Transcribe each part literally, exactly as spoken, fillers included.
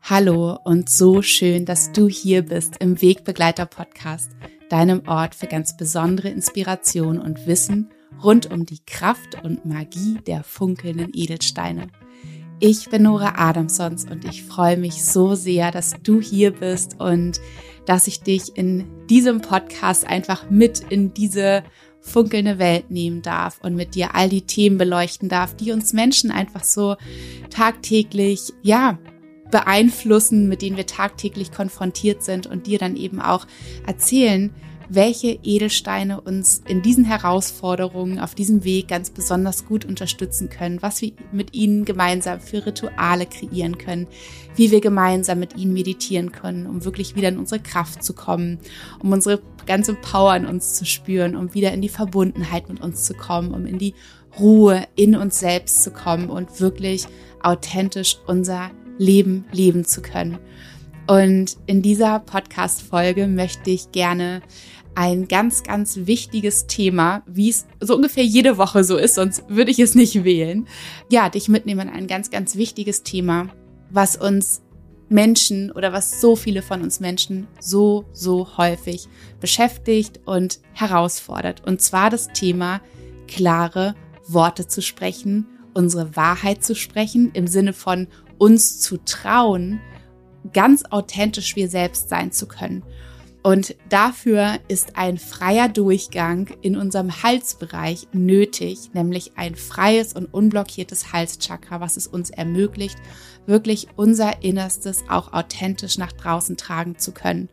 Hallo und so schön, dass du hier bist im Wegbegleiter-Podcast, deinem Ort für ganz besondere Inspiration und Wissen rund um die Kraft und Magie der funkelnden Edelsteine. Ich bin Nora Adamsons und ich freue mich so sehr, dass du hier bist und dass ich dich in diesem Podcast einfach mit in diese funkelnde Welt nehmen darf und mit dir all die Themen beleuchten darf, die uns Menschen einfach so tagtäglich, ja, beeinflussen, mit denen wir tagtäglich konfrontiert sind und dir dann eben auch erzählen, welche Edelsteine uns in diesen Herausforderungen auf diesem Weg ganz besonders gut unterstützen können, was wir mit ihnen gemeinsam für Rituale kreieren können, wie wir gemeinsam mit ihnen meditieren können, um wirklich wieder in unsere Kraft zu kommen, um unsere ganze Power in uns zu spüren, um wieder in die Verbundenheit mit uns zu kommen, um in die Ruhe in uns selbst zu kommen und wirklich authentisch unser Leben leben zu können. Und in dieser Podcast-Folge möchte ich gerne ein ganz, ganz wichtiges Thema, wie es so ungefähr jede Woche so ist, sonst würde ich es nicht wählen, ja, dich mitnehmen an ein ganz, ganz wichtiges Thema, was uns Menschen oder was so viele von uns Menschen so, so häufig beschäftigt und herausfordert. Und zwar das Thema, klare Worte zu sprechen, unsere Wahrheit zu sprechen, im Sinne von uns zu trauen, ganz authentisch wir selbst sein zu können. Und dafür ist ein freier Durchgang in unserem Halsbereich nötig, nämlich ein freies und unblockiertes Halschakra, was es uns ermöglicht, wirklich unser Innerstes auch authentisch nach draußen tragen zu können.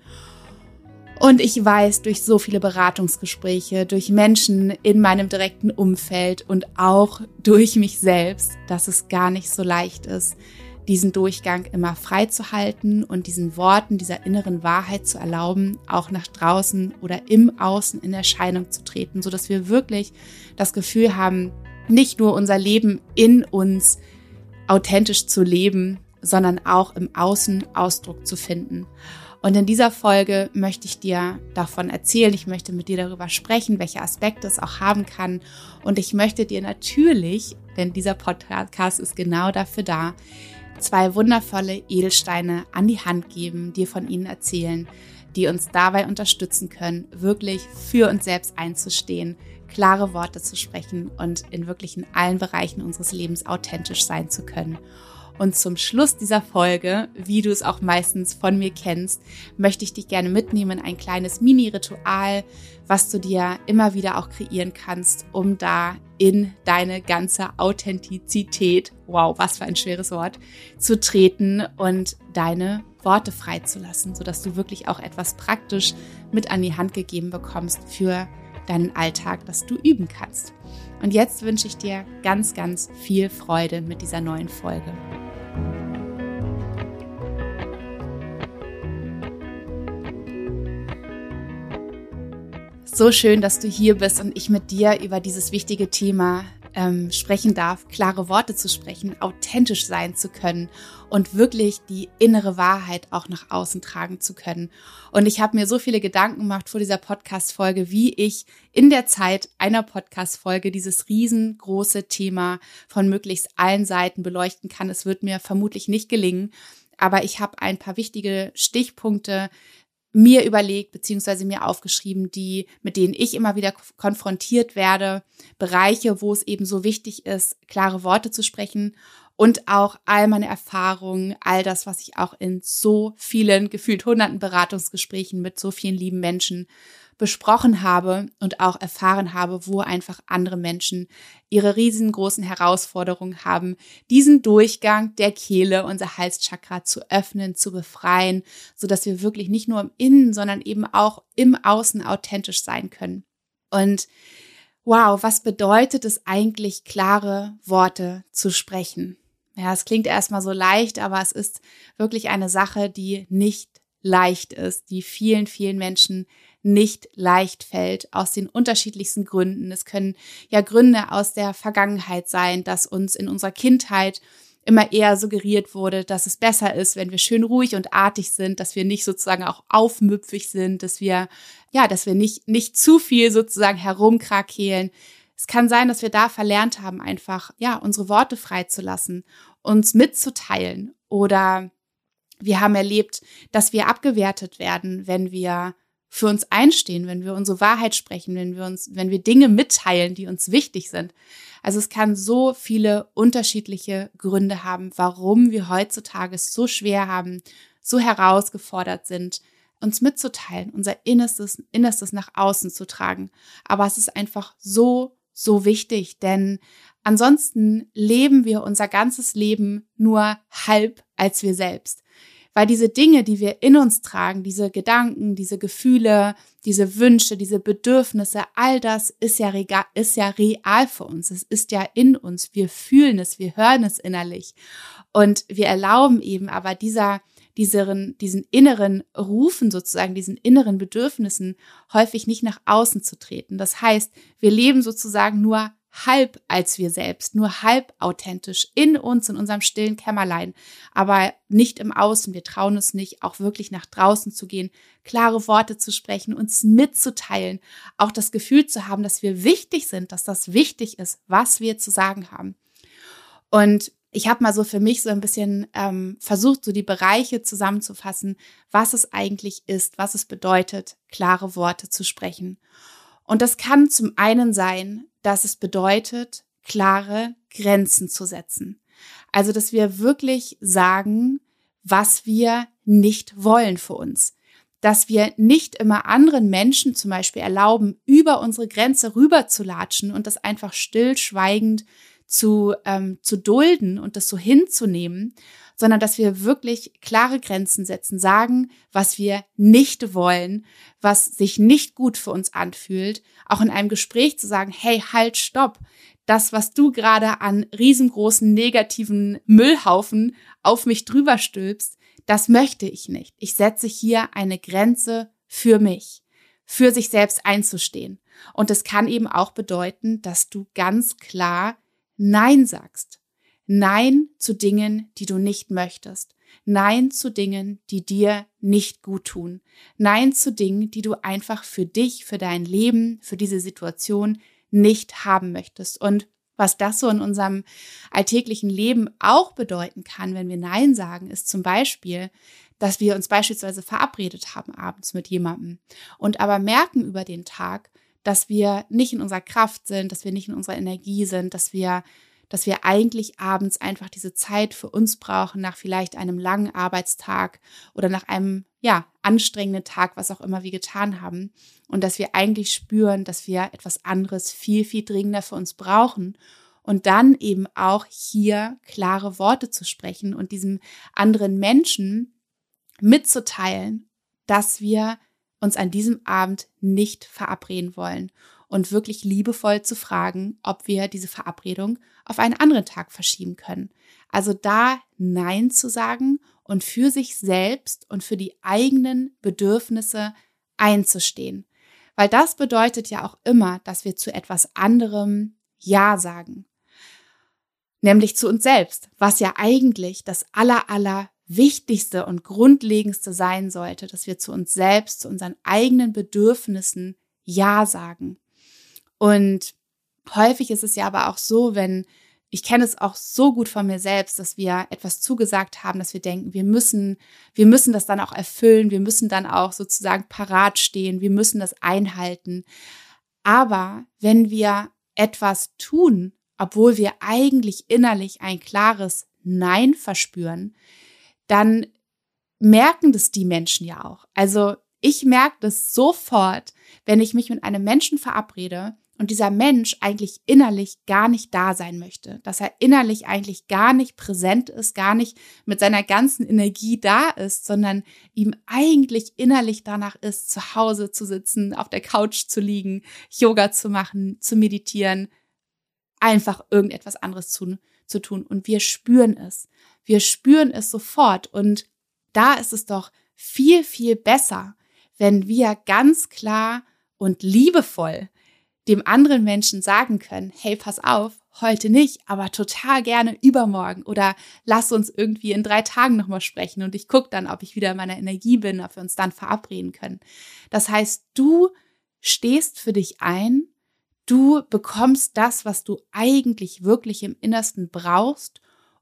Und ich weiß durch so viele Beratungsgespräche, durch Menschen in meinem direkten Umfeld und auch durch mich selbst, dass es gar nicht so leicht ist, diesen Durchgang immer frei zu halten und diesen Worten, dieser inneren Wahrheit zu erlauben, auch nach draußen oder im Außen in Erscheinung zu treten, sodass wir wirklich das Gefühl haben, nicht nur unser Leben in uns authentisch zu leben, sondern auch im Außen Ausdruck zu finden. Und in dieser Folge möchte ich dir davon erzählen, ich möchte mit dir darüber sprechen, welche Aspekte es auch haben kann. Und ich möchte dir natürlich, denn dieser Podcast ist genau dafür da, zwei wundervolle Edelsteine an die Hand geben, dir von ihnen erzählen, die uns dabei unterstützen können, wirklich für uns selbst einzustehen, klare Worte zu sprechen und in wirklich in allen Bereichen unseres Lebens authentisch sein zu können. Und zum Schluss dieser Folge, wie du es auch meistens von mir kennst, möchte ich dich gerne mitnehmen in ein kleines Mini-Ritual, was du dir immer wieder auch kreieren kannst, um da in deine ganze Authentizität, wow, was für ein schweres Wort, zu treten und deine Worte freizulassen, sodass du wirklich auch etwas praktisch mit an die Hand gegeben bekommst für deinen Alltag, das du üben kannst. Und jetzt wünsche ich dir ganz, ganz viel Freude mit dieser neuen Folge. So schön, dass du hier bist und ich mit dir über dieses wichtige Thema ähm, sprechen darf, klare Worte zu sprechen, authentisch sein zu können und wirklich die innere Wahrheit auch nach außen tragen zu können. Und ich habe mir so viele Gedanken gemacht vor dieser Podcast-Folge, wie ich in der Zeit einer Podcast-Folge dieses riesengroße Thema von möglichst allen Seiten beleuchten kann. Es wird mir vermutlich nicht gelingen, aber ich habe ein paar wichtige Stichpunkte mir überlegt beziehungsweise mir aufgeschrieben, die, mit denen ich immer wieder konfrontiert werde, Bereiche, wo es eben so wichtig ist, klare Worte zu sprechen und auch all meine Erfahrungen, all das, was ich auch in so vielen, gefühlt hunderten Beratungsgesprächen mit so vielen lieben Menschen besprochen habe und auch erfahren habe, wo einfach andere Menschen ihre riesengroßen Herausforderungen haben, diesen Durchgang der Kehle, unser Halschakra zu öffnen, zu befreien, sodass wir wirklich nicht nur im Innen, sondern eben auch im Außen authentisch sein können. Und wow, was bedeutet es eigentlich, klare Worte zu sprechen? Ja, es klingt erstmal so leicht, aber es ist wirklich eine Sache, die nicht leicht ist, die vielen, vielen Menschen nicht leicht fällt, aus den unterschiedlichsten Gründen. Es können ja Gründe aus der Vergangenheit sein, dass uns in unserer Kindheit immer eher suggeriert wurde, dass es besser ist, wenn wir schön ruhig und artig sind, dass wir nicht sozusagen auch aufmüpfig sind, dass wir, ja, dass wir nicht, nicht zu viel sozusagen herumkrakeelen. Es kann sein, dass wir da verlernt haben, einfach, ja, unsere Worte freizulassen, uns mitzuteilen oder Wir haben erlebt, dass wir abgewertet werden, wenn wir für uns einstehen, wenn wir unsere Wahrheit sprechen, wenn wir uns, wenn wir Dinge mitteilen, die uns wichtig sind. Also es kann so viele unterschiedliche Gründe haben, warum wir heutzutage es so schwer haben, so herausgefordert sind, uns mitzuteilen, unser Innerstes, Innerstes nach außen zu tragen. Aber es ist einfach so, so wichtig, denn ansonsten leben wir unser ganzes Leben nur halb als wir selbst. Weil diese Dinge, die wir in uns tragen, diese Gedanken, diese Gefühle, diese Wünsche, diese Bedürfnisse, all das ist ja, real, ist ja real für uns. Es ist ja in uns. Wir fühlen es, wir hören es innerlich. Und wir erlauben eben aber dieser, diesen, diesen inneren Rufen sozusagen, diesen inneren Bedürfnissen häufig nicht nach außen zu treten. Das heißt, wir leben sozusagen nur halb als wir selbst, nur halb authentisch in uns, in unserem stillen Kämmerlein, aber nicht im Außen. Wir trauen uns nicht, auch wirklich nach draußen zu gehen, klare Worte zu sprechen, uns mitzuteilen, auch das Gefühl zu haben, dass wir wichtig sind, dass das wichtig ist, was wir zu sagen haben. Und ich habe mal so für mich so ein bisschen ähm, versucht, so die Bereiche zusammenzufassen, was es eigentlich ist, was es bedeutet, klare Worte zu sprechen. Und das kann zum einen sein, dass es bedeutet, klare Grenzen zu setzen. Also, dass wir wirklich sagen, was wir nicht wollen für uns. Dass wir nicht immer anderen Menschen zum Beispiel erlauben, über unsere Grenze rüber zu latschen und das einfach stillschweigend zu, ähm, zu dulden und das so hinzunehmen, sondern dass wir wirklich klare Grenzen setzen, sagen, was wir nicht wollen, was sich nicht gut für uns anfühlt, auch in einem Gespräch zu sagen, hey, halt, stopp, das, was du gerade an riesengroßen negativen Müllhaufen auf mich drüber stülpst, das möchte ich nicht. Ich setze hier eine Grenze für mich, für sich selbst einzustehen. Und das kann eben auch bedeuten, dass du ganz klar Nein sagst. Nein zu Dingen, die du nicht möchtest. Nein zu Dingen, die dir nicht gut tun. Nein zu Dingen, die du einfach für dich, für dein Leben, für diese Situation nicht haben möchtest. Und was das so in unserem alltäglichen Leben auch bedeuten kann, wenn wir Nein sagen, ist zum Beispiel, dass wir uns beispielsweise verabredet haben abends mit jemandem und aber merken über den Tag, dass wir nicht in unserer Kraft sind, dass wir nicht in unserer Energie sind, dass wir, dass wir eigentlich abends einfach diese Zeit für uns brauchen, nach vielleicht einem langen Arbeitstag oder nach einem, ja, anstrengenden Tag, was auch immer wir getan haben. Und dass wir eigentlich spüren, dass wir etwas anderes viel, viel dringender für uns brauchen. Und dann eben auch hier klare Worte zu sprechen und diesem anderen Menschen mitzuteilen, dass wir uns an diesem Abend nicht verabreden wollen und wirklich liebevoll zu fragen, ob wir diese Verabredung auf einen anderen Tag verschieben können. Also da Nein zu sagen und für sich selbst und für die eigenen Bedürfnisse einzustehen. Weil das bedeutet ja auch immer, dass wir zu etwas anderem Ja sagen. Nämlich zu uns selbst, was ja eigentlich das aller, aller Wichtigste und Grundlegendste sein sollte, dass wir zu uns selbst, zu unseren eigenen Bedürfnissen Ja sagen. Und häufig ist es ja aber auch so, wenn, ich kenne es auch so gut von mir selbst, dass wir etwas zugesagt haben, dass wir denken, wir müssen, wir müssen das dann auch erfüllen, wir müssen dann auch sozusagen parat stehen, wir müssen das einhalten. Aber wenn wir etwas tun, obwohl wir eigentlich innerlich ein klares Nein verspüren, dann merken das die Menschen ja auch. Also ich merke das sofort, wenn ich mich mit einem Menschen verabrede und dieser Mensch eigentlich innerlich gar nicht da sein möchte, dass er innerlich eigentlich gar nicht präsent ist, gar nicht mit seiner ganzen Energie da ist, sondern ihm eigentlich innerlich danach ist, zu Hause zu sitzen, auf der Couch zu liegen, Yoga zu machen, zu meditieren, einfach irgendetwas anderes zu, zu tun. Und wir spüren es. Wir spüren es sofort. Und da ist es doch viel, viel besser, wenn wir ganz klar und liebevoll dem anderen Menschen sagen können, hey, pass auf, heute nicht, aber total gerne übermorgen oder lass uns irgendwie in drei Tagen nochmal sprechen und ich gucke dann, ob ich wieder in meiner Energie bin, ob wir uns dann verabreden können. Das heißt, du stehst für dich ein, du bekommst das, was du eigentlich wirklich im Innersten brauchst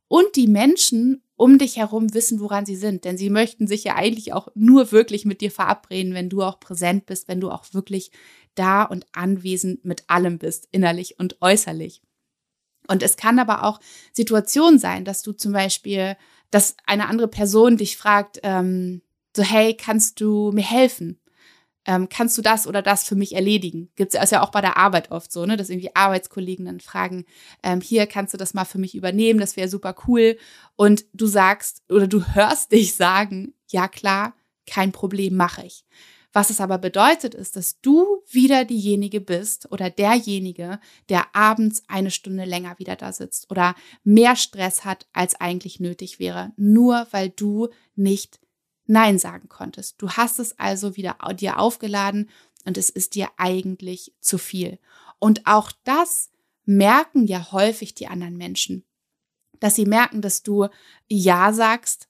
Und die Menschen um dich herum wissen, woran sie sind. Denn sie möchten sich ja eigentlich auch nur wirklich mit dir verabreden, wenn du auch präsent bist, wenn du auch wirklich da und anwesend mit allem bist, innerlich und äußerlich. Und es kann aber auch Situationen sein, dass du zum Beispiel, dass eine andere Person dich fragt, ähm, so, hey, kannst du mir helfen? Ähm, kannst du das oder das für mich erledigen? Gibt es ja auch bei der Arbeit oft so, ne, dass irgendwie Arbeitskollegen dann fragen, ähm, hier, kannst du das mal für mich übernehmen? Das wäre super cool. Und du sagst oder du hörst dich sagen, ja klar, kein Problem, mache ich. Was es aber bedeutet, ist, dass du wieder diejenige bist oder derjenige, der abends eine Stunde länger wieder da sitzt oder mehr Stress hat, als eigentlich nötig wäre, nur weil du nicht Nein sagen konntest. Du hast es also wieder dir aufgeladen und es ist dir eigentlich zu viel. Und auch das merken ja häufig die anderen Menschen, dass sie merken, dass du Ja sagst.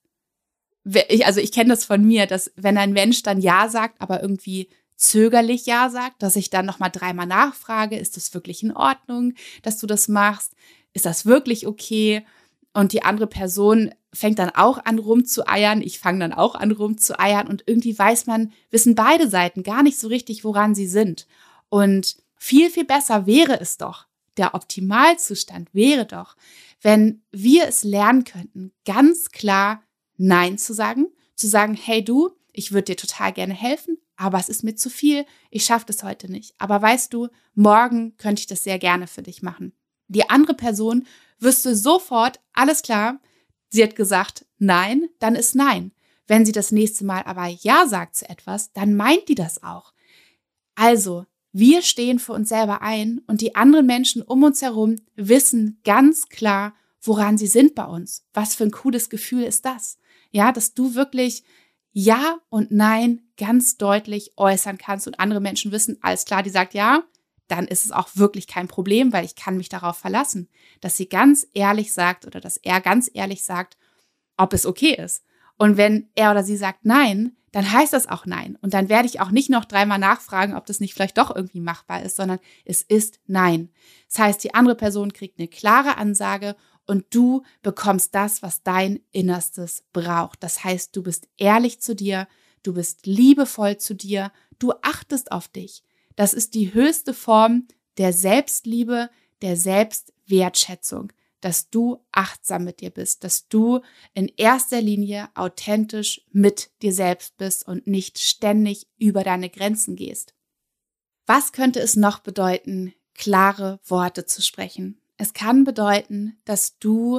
Also ich kenne das von mir, dass wenn ein Mensch dann Ja sagt, aber irgendwie zögerlich Ja sagt, dass ich dann nochmal dreimal nachfrage, ist das wirklich in Ordnung, dass du das machst? Ist das wirklich okay? Und die andere Person fängt dann auch an rumzueiern, ich fange dann auch an rumzueiern und irgendwie weiß man, wissen beide Seiten gar nicht so richtig, woran sie sind. Und viel, viel besser wäre es doch, der Optimalzustand wäre doch, wenn wir es lernen könnten, ganz klar Nein zu sagen, zu sagen, hey du, ich würde dir total gerne helfen, aber es ist mir zu viel, ich schaffe das heute nicht. Aber weißt du, morgen könnte ich das sehr gerne für dich machen. Die andere Person wüsste sofort, alles klar, sie hat gesagt Nein, dann ist Nein. Wenn sie das nächste Mal aber Ja sagt zu etwas, dann meint die das auch. Also, wir stehen für uns selber ein und die anderen Menschen um uns herum wissen ganz klar, woran sie sind bei uns. Was für ein cooles Gefühl ist das? Ja, dass du wirklich Ja und Nein ganz deutlich äußern kannst und andere Menschen wissen, alles klar, die sagt Ja, dann ist es auch wirklich kein Problem, weil ich kann mich darauf verlassen, dass sie ganz ehrlich sagt oder dass er ganz ehrlich sagt, ob es okay ist. Und wenn er oder sie sagt Nein, dann heißt das auch Nein. Und dann werde ich auch nicht noch dreimal nachfragen, ob das nicht vielleicht doch irgendwie machbar ist, sondern es ist Nein. Das heißt, die andere Person kriegt eine klare Ansage und du bekommst das, was dein Innerstes braucht. Das heißt, du bist ehrlich zu dir, du bist liebevoll zu dir, du achtest auf dich. Das ist die höchste Form der Selbstliebe, der Selbstwertschätzung, dass du achtsam mit dir bist, dass du in erster Linie authentisch mit dir selbst bist und nicht ständig über deine Grenzen gehst. Was könnte es noch bedeuten, klare Worte zu sprechen? Es kann bedeuten, dass du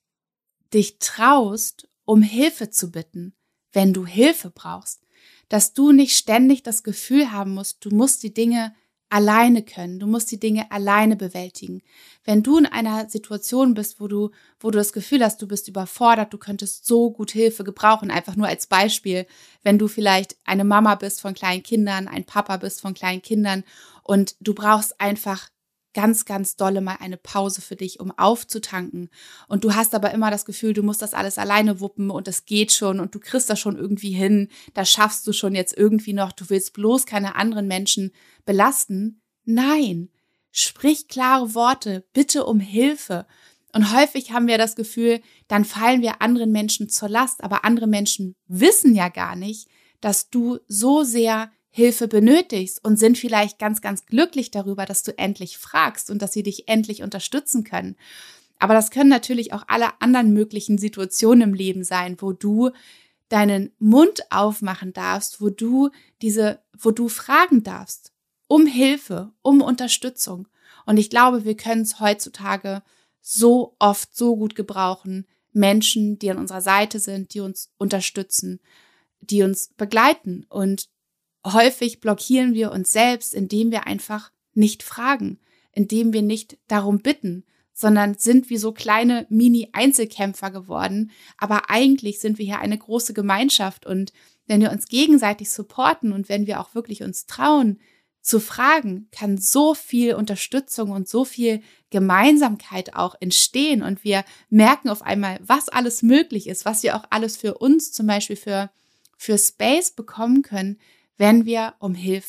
dich traust, um Hilfe zu bitten, wenn du Hilfe brauchst. Dass du nicht ständig das Gefühl haben musst, du musst die Dinge alleine können, du musst die Dinge alleine bewältigen. Wenn du in einer Situation bist, wo du, wo du das Gefühl hast, du bist überfordert, du könntest so gut Hilfe gebrauchen, einfach nur als Beispiel, wenn du vielleicht eine Mama bist von kleinen Kindern, ein Papa bist von kleinen Kindern und du brauchst einfach ganz, ganz dolle mal eine Pause für dich, um aufzutanken. Und du hast aber immer das Gefühl, du musst das alles alleine wuppen und es geht schon und du kriegst das schon irgendwie hin, das schaffst du schon jetzt irgendwie noch, du willst bloß keine anderen Menschen belasten. Nein, sprich klare Worte, bitte um Hilfe. Und häufig haben wir das Gefühl, dann fallen wir anderen Menschen zur Last, aber andere Menschen wissen ja gar nicht, dass du so sehr Hilfe benötigst und sind vielleicht ganz, ganz glücklich darüber, dass du endlich fragst und dass sie dich endlich unterstützen können. Aber das können natürlich auch alle anderen möglichen Situationen im Leben sein, wo du deinen Mund aufmachen darfst, wo du diese, wo du fragen darfst um Hilfe, um Unterstützung. Und ich glaube, wir können es heutzutage so oft, so gut gebrauchen, Menschen, die an unserer Seite sind, die uns unterstützen, die uns begleiten. Und häufig blockieren wir uns selbst, indem wir einfach nicht fragen, indem wir nicht darum bitten, sondern sind wie so kleine Mini-Einzelkämpfer geworden. Aber eigentlich sind wir hier eine große Gemeinschaft und wenn wir uns gegenseitig supporten und wenn wir auch wirklich uns trauen zu fragen, kann so viel Unterstützung und so viel Gemeinsamkeit auch entstehen und wir merken auf einmal, was alles möglich ist, was wir auch alles für uns zum Beispiel für, für Space bekommen können, wenn wir um Hilfe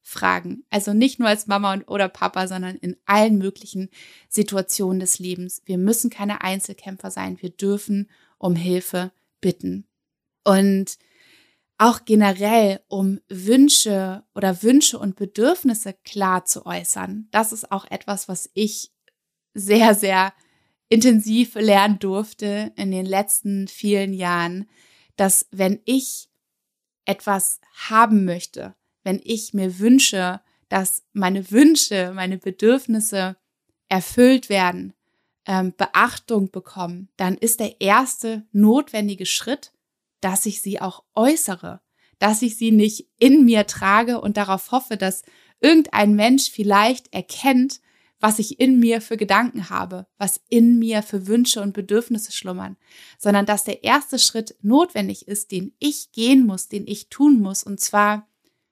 fragen. Also nicht nur als Mama und, oder Papa, sondern in allen möglichen Situationen des Lebens. Wir müssen keine Einzelkämpfer sein. Wir dürfen um Hilfe bitten. Und auch generell, um Wünsche oder Wünsche und Bedürfnisse klar zu äußern. Das ist auch etwas, was ich sehr, sehr intensiv lernen durfte in den letzten vielen Jahren, dass wenn ich etwas haben möchte, wenn ich mir wünsche, dass meine Wünsche, meine Bedürfnisse erfüllt werden, ähm, Beachtung bekommen, dann ist der erste notwendige Schritt, dass ich sie auch äußere, dass ich sie nicht in mir trage und darauf hoffe, dass irgendein Mensch vielleicht erkennt, was ich in mir für Gedanken habe, was in mir für Wünsche und Bedürfnisse schlummern, sondern dass der erste Schritt notwendig ist, den ich gehen muss, den ich tun muss, und zwar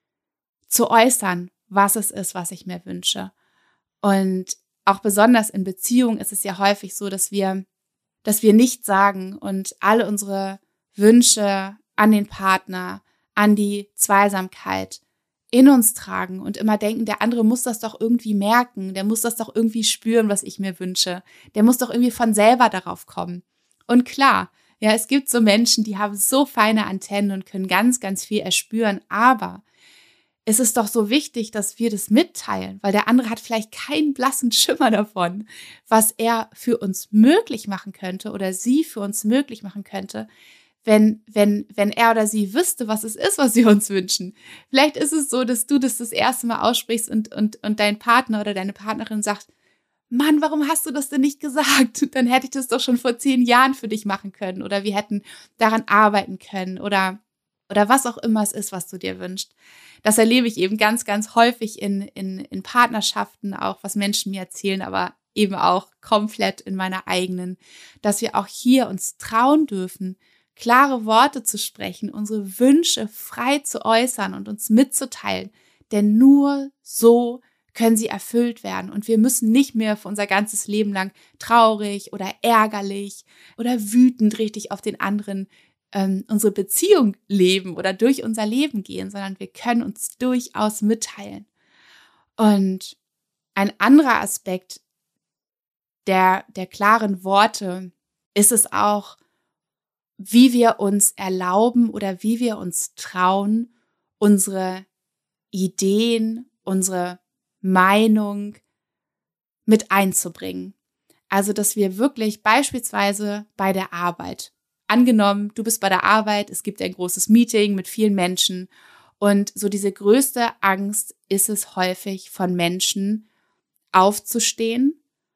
zu äußern, was es ist, was ich mir wünsche. Und auch besonders in Beziehungen ist es ja häufig so, dass wir, dass wir nicht sagen und alle unsere Wünsche an den Partner, an die Zweisamkeit in uns tragen und immer denken, der andere muss das doch irgendwie merken, der muss das doch irgendwie spüren, was ich mir wünsche, der muss doch irgendwie von selber darauf kommen. Und klar, ja, es gibt so Menschen, die haben so feine Antennen und können ganz, ganz viel erspüren, aber es ist doch so wichtig, dass wir das mitteilen, weil der andere hat vielleicht keinen blassen Schimmer davon, was er für uns möglich machen könnte oder sie für uns möglich machen könnte, wenn, wenn, wenn er oder sie wüsste, was es ist, was wir uns wünschen. Vielleicht ist es so, dass du das das erste Mal aussprichst und, und, und dein Partner oder deine Partnerin sagt, Mann, warum hast du das denn nicht gesagt? Dann hätte ich das doch schon vor zehn Jahren für dich machen können oder wir hätten daran arbeiten können oder, oder was auch immer es ist, was du dir wünschst. Das erlebe ich eben ganz, ganz häufig in, in, in Partnerschaften, auch was Menschen mir erzählen, aber eben auch komplett in meiner eigenen, dass wir auch hier uns trauen dürfen, klare Worte zu sprechen, unsere Wünsche frei zu äußern und uns mitzuteilen. Denn nur so können sie erfüllt werden. Und wir müssen nicht mehr für unser ganzes Leben lang traurig oder ärgerlich oder wütend richtig auf den anderen ähm, unsere Beziehung leben oder durch unser Leben gehen, sondern wir können uns durchaus mitteilen. Und ein anderer Aspekt der, der klaren Worte ist es auch, wie wir uns erlauben oder wie wir uns trauen, unsere Ideen, unsere Meinung mit einzubringen. Also, dass wir wirklich beispielsweise bei der Arbeit, angenommen, du bist bei der Arbeit, es gibt ein großes Meeting mit vielen Menschen und so diese größte Angst ist es häufig von Menschen aufzustehen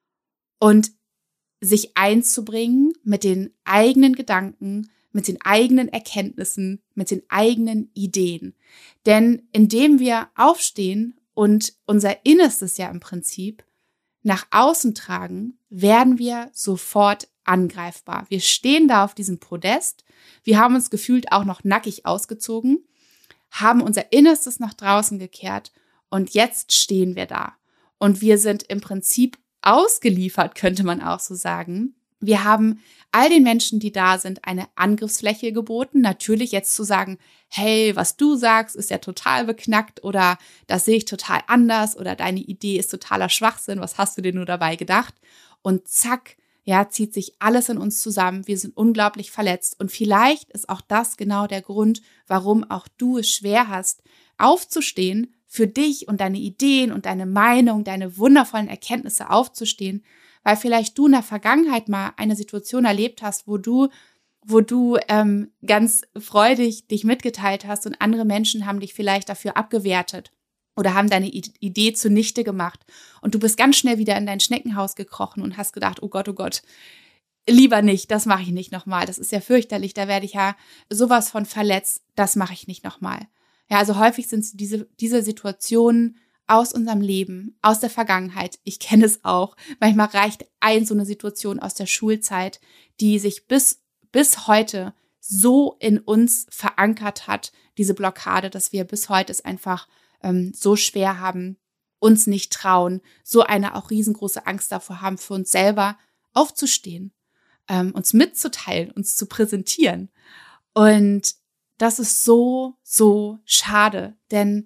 und sich einzubringen mit den eigenen Gedanken, mit den eigenen Erkenntnissen, mit den eigenen Ideen. Denn indem wir aufstehen und unser Innerstes ja im Prinzip nach außen tragen, werden wir sofort angreifbar. Wir stehen da auf diesem Podest, wir haben uns gefühlt auch noch nackig ausgezogen, haben unser Innerstes nach draußen gekehrt und jetzt stehen wir da. Und wir sind im Prinzip ausgeliefert, könnte man auch so sagen. Wir haben all den Menschen, die da sind, eine Angriffsfläche geboten. Natürlich jetzt zu sagen, hey, was du sagst, ist ja total beknackt oder das sehe ich total anders oder deine Idee ist totaler Schwachsinn, was hast du dir nur dabei gedacht? Und zack, ja, zieht sich alles in uns zusammen. Wir sind unglaublich verletzt und vielleicht ist auch das genau der Grund, warum auch du es schwer hast, aufzustehen, für dich und deine Ideen und deine Meinung, deine wundervollen Erkenntnisse aufzustehen, weil vielleicht du in der Vergangenheit mal eine Situation erlebt hast, wo du, wo du ähm, ganz freudig dich mitgeteilt hast und andere Menschen haben dich vielleicht dafür abgewertet oder haben deine I- Idee zunichte gemacht und du bist ganz schnell wieder in dein Schneckenhaus gekrochen und hast gedacht, oh Gott, oh Gott, lieber nicht, das mache ich nicht nochmal, das ist ja fürchterlich, da werde ich ja sowas von verletzt, das mache ich nicht nochmal. Ja, also häufig sind es diese, diese Situationen aus unserem Leben, aus der Vergangenheit. Ich kenne es auch. Manchmal reicht ein so eine Situation aus der Schulzeit, die sich bis, bis heute so in uns verankert hat, diese Blockade, dass wir bis heute es einfach ähm, so schwer haben, uns nicht trauen, so eine auch riesengroße Angst davor haben, für uns selber aufzustehen, ähm, uns mitzuteilen, uns zu präsentieren. Und das ist so, so schade, denn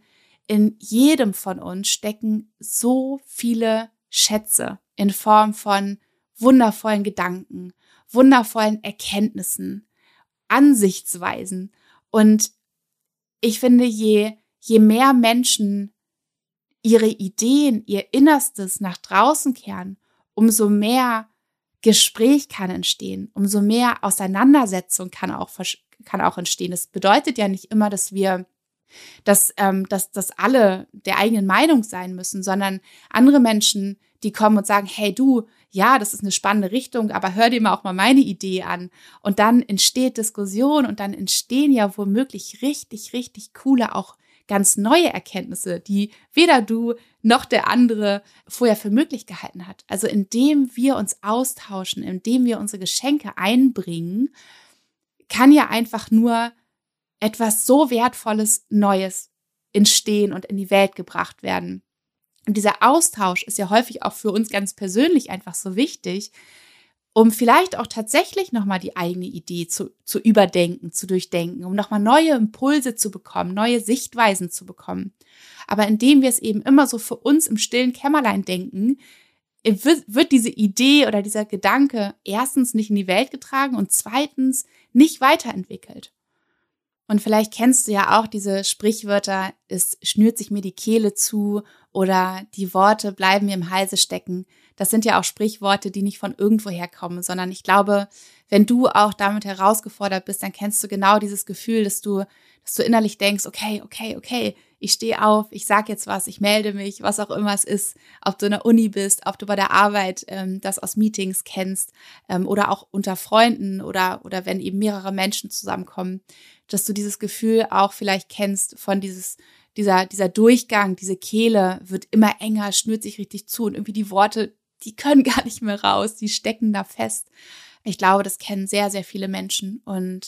in jedem von uns stecken so viele Schätze in Form von wundervollen Gedanken, wundervollen Erkenntnissen, Ansichtsweisen. Und ich finde, je, je mehr Menschen ihre Ideen, ihr Innerstes nach draußen kehren, umso mehr Gespräch kann entstehen, umso mehr Auseinandersetzung kann auch, kann auch entstehen. Das bedeutet ja nicht immer, dass wir, dass, ähm, dass, dass alle der eigenen Meinung sein müssen, sondern andere Menschen, die kommen und sagen, hey du, ja, das ist eine spannende Richtung, aber hör dir mal auch mal meine Idee an. Und dann entsteht Diskussion und dann entstehen ja womöglich richtig, richtig coole, auch ganz neue Erkenntnisse, die weder du noch der andere vorher für möglich gehalten hat. Also indem wir uns austauschen, indem wir unsere Geschenke einbringen, kann ja einfach nur etwas so Wertvolles Neues entstehen und in die Welt gebracht werden. Und dieser Austausch ist ja häufig auch für uns ganz persönlich einfach so wichtig, um vielleicht auch tatsächlich nochmal die eigene Idee zu, zu überdenken, zu durchdenken, um nochmal neue Impulse zu bekommen, neue Sichtweisen zu bekommen. Aber indem wir es eben immer so für uns im stillen Kämmerlein denken, wird, wird diese Idee oder dieser Gedanke erstens nicht in die Welt getragen und zweitens nicht weiterentwickelt. Und vielleicht kennst du ja auch diese Sprichwörter, es schnürt sich mir die Kehle zu oder die Worte bleiben mir im Halse stecken. Das sind ja auch Sprichworte, die nicht von irgendwoher kommen, sondern ich glaube, wenn du auch damit herausgefordert bist, dann kennst du genau dieses Gefühl, dass du, dass du innerlich denkst, okay, okay, okay, ich stehe auf, ich sag jetzt was, ich melde mich, was auch immer es ist, ob du in der Uni bist, ob du bei der Arbeit ähm, das aus Meetings kennst ähm, oder auch unter Freunden oder, oder wenn eben mehrere Menschen zusammenkommen, dass du dieses Gefühl auch vielleicht kennst von dieses, dieser, dieser Durchgang, diese Kehle wird immer enger, schnürt sich richtig zu und irgendwie die Worte, die können gar nicht mehr raus, die stecken da fest. Ich glaube, das kennen sehr, sehr viele Menschen und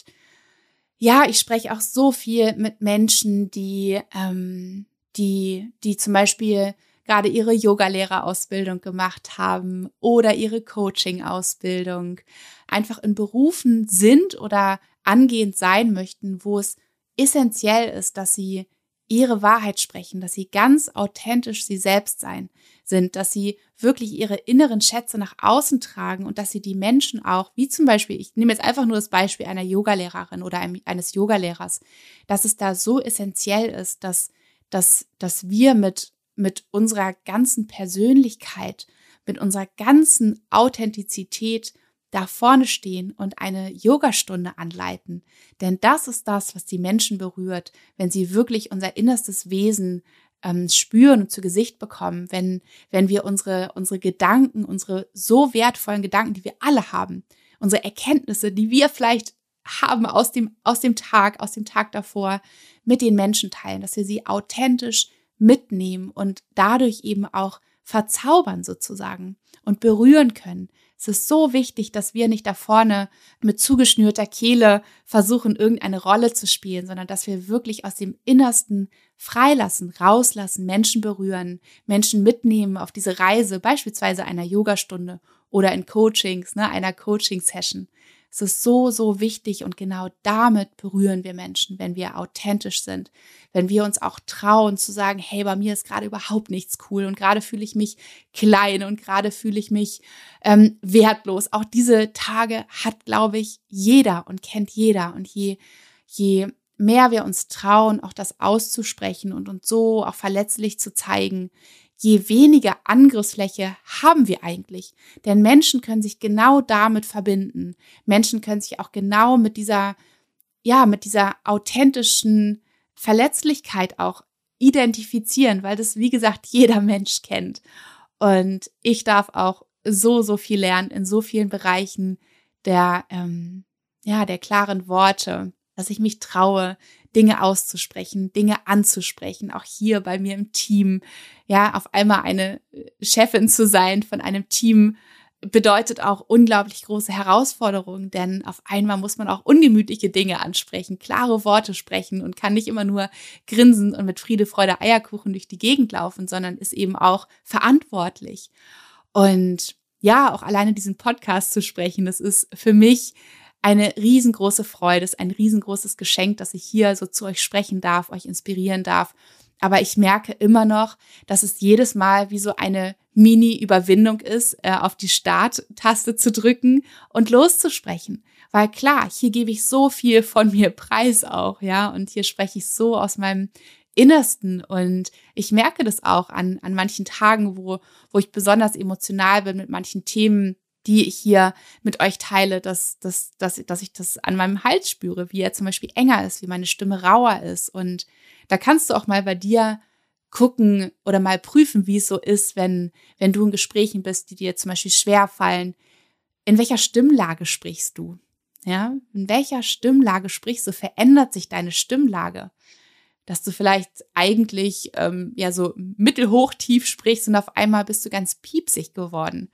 ja, ich spreche auch so viel mit Menschen, die, ähm, die, die zum Beispiel gerade ihre Yogalehrerausbildung gemacht haben oder ihre Coaching-Ausbildung, einfach in Berufen sind oder angehend sein möchten, wo es essentiell ist, dass sie ihre Wahrheit sprechen, dass sie ganz authentisch sie selbst sein sind, dass sie wirklich ihre inneren Schätze nach außen tragen und dass sie die Menschen auch, wie zum Beispiel, ich nehme jetzt einfach nur das Beispiel einer Yogalehrerin oder eines Yogalehrers, dass es da so essentiell ist, dass, dass, dass wir mit, mit unserer ganzen Persönlichkeit, mit unserer ganzen Authentizität da vorne stehen und eine Yogastunde anleiten. Denn das ist das, was die Menschen berührt, wenn sie wirklich unser innerstes Wesen ähm, spüren und zu Gesicht bekommen, wenn, wenn wir unsere, unsere Gedanken, unsere so wertvollen Gedanken, die wir alle haben, unsere Erkenntnisse, die wir vielleicht haben aus dem, aus dem Tag, aus dem Tag davor, mit den Menschen teilen, dass wir sie authentisch mitnehmen und dadurch eben auch verzaubern sozusagen und berühren können. Es ist so wichtig, dass wir nicht da vorne mit zugeschnürter Kehle versuchen, irgendeine Rolle zu spielen, sondern dass wir wirklich aus dem Innersten freilassen, rauslassen, Menschen berühren, Menschen mitnehmen auf diese Reise, beispielsweise einer Yogastunde oder in Coachings, ne, einer Coaching-Session. Es ist so, so wichtig und genau damit berühren wir Menschen, wenn wir authentisch sind, wenn wir uns auch trauen zu sagen, hey, bei mir ist gerade überhaupt nichts cool und gerade fühle ich mich klein und gerade fühle ich mich ähm, wertlos. Auch diese Tage hat, glaube ich, jeder und kennt jeder und je, je mehr wir uns trauen, auch das auszusprechen und uns so auch verletzlich zu zeigen, je weniger Angriffsfläche haben wir eigentlich. Denn Menschen können sich genau damit verbinden. Menschen können sich auch genau mit dieser, ja, mit dieser authentischen Verletzlichkeit auch identifizieren, weil das, wie gesagt, jeder Mensch kennt. Und ich darf auch so, so viel lernen in so vielen Bereichen der, ähm, ja, der klaren Worte, dass ich mich traue, Dinge auszusprechen, Dinge anzusprechen, auch hier bei mir im Team. Ja, auf einmal eine Chefin zu sein von einem Team bedeutet auch unglaublich große Herausforderungen, denn auf einmal muss man auch ungemütliche Dinge ansprechen, klare Worte sprechen und kann nicht immer nur grinsen und mit Friede, Freude, Eierkuchen durch die Gegend laufen, sondern ist eben auch verantwortlich. Und ja, auch alleine diesen Podcast zu sprechen, das ist für mich eine riesengroße Freude, ist ein riesengroßes Geschenk, dass ich hier so zu euch sprechen darf, euch inspirieren darf Aber ich merke immer noch, dass es jedes Mal wie so eine Mini-Überwindung ist, äh, auf die Start-Taste zu drücken und loszusprechen. Weil klar, hier gebe ich so viel von mir preis auch, ja, und hier spreche ich so aus meinem Innersten und ich merke das auch an, an manchen Tagen, wo, wo ich besonders emotional bin mit manchen Themen, die ich hier mit euch teile, dass, dass, dass, dass ich das an meinem Hals spüre, wie er zum Beispiel enger ist, wie meine Stimme rauer ist. Und da kannst du auch mal bei dir gucken oder mal prüfen, wie es so ist, wenn, wenn du in Gesprächen bist, die dir zum Beispiel schwerfallen. In welcher Stimmlage sprichst du? Ja, in welcher Stimmlage sprichst du? Verändert sich deine Stimmlage? Dass du vielleicht eigentlich ähm, ja so mittelhoch-tief sprichst und auf einmal bist du ganz piepsig geworden.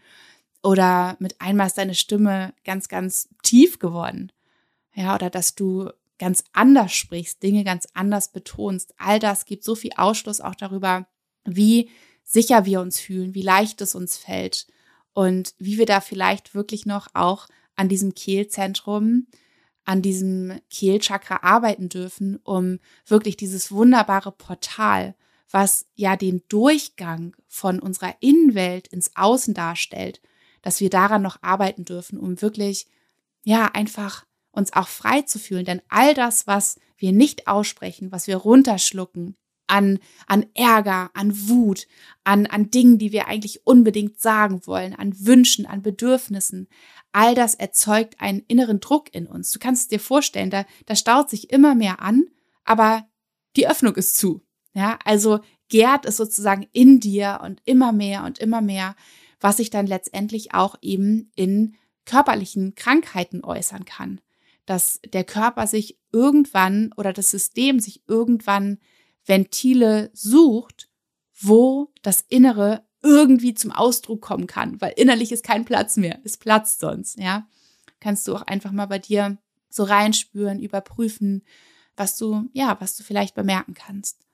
Oder mit einmal ist deine Stimme ganz, ganz tief geworden. Ja, oder dass du ganz anders sprichst, Dinge ganz anders betonst. All das gibt so viel Ausschluss auch darüber, wie sicher wir uns fühlen, wie leicht es uns fällt und wie wir da vielleicht wirklich noch auch an diesem Kehlzentrum, an diesem Kehlchakra arbeiten dürfen, um wirklich dieses wunderbare Portal, was ja den Durchgang von unserer Innenwelt ins Außen darstellt, dass wir daran noch arbeiten dürfen, um wirklich, ja, einfach uns auch frei zu fühlen. Denn all das, was wir nicht aussprechen, was wir runterschlucken, an, an Ärger, an Wut, an, an Dingen, die wir eigentlich unbedingt sagen wollen, an Wünschen, an Bedürfnissen, all das erzeugt einen inneren Druck in uns. Du kannst es dir vorstellen, da, da staut sich immer mehr an, aber die Öffnung ist zu. Ja, also gärt es sozusagen in dir und immer mehr und immer mehr, was sich dann letztendlich auch eben in körperlichen Krankheiten äußern kann. Dass der Körper sich irgendwann oder das System sich irgendwann Ventile sucht, wo das Innere irgendwie zum Ausdruck kommen kann, weil innerlich ist kein Platz mehr, es platzt sonst, ja. Kannst du auch einfach mal bei dir so reinspüren, überprüfen, was du, ja, was du vielleicht bemerken kannst.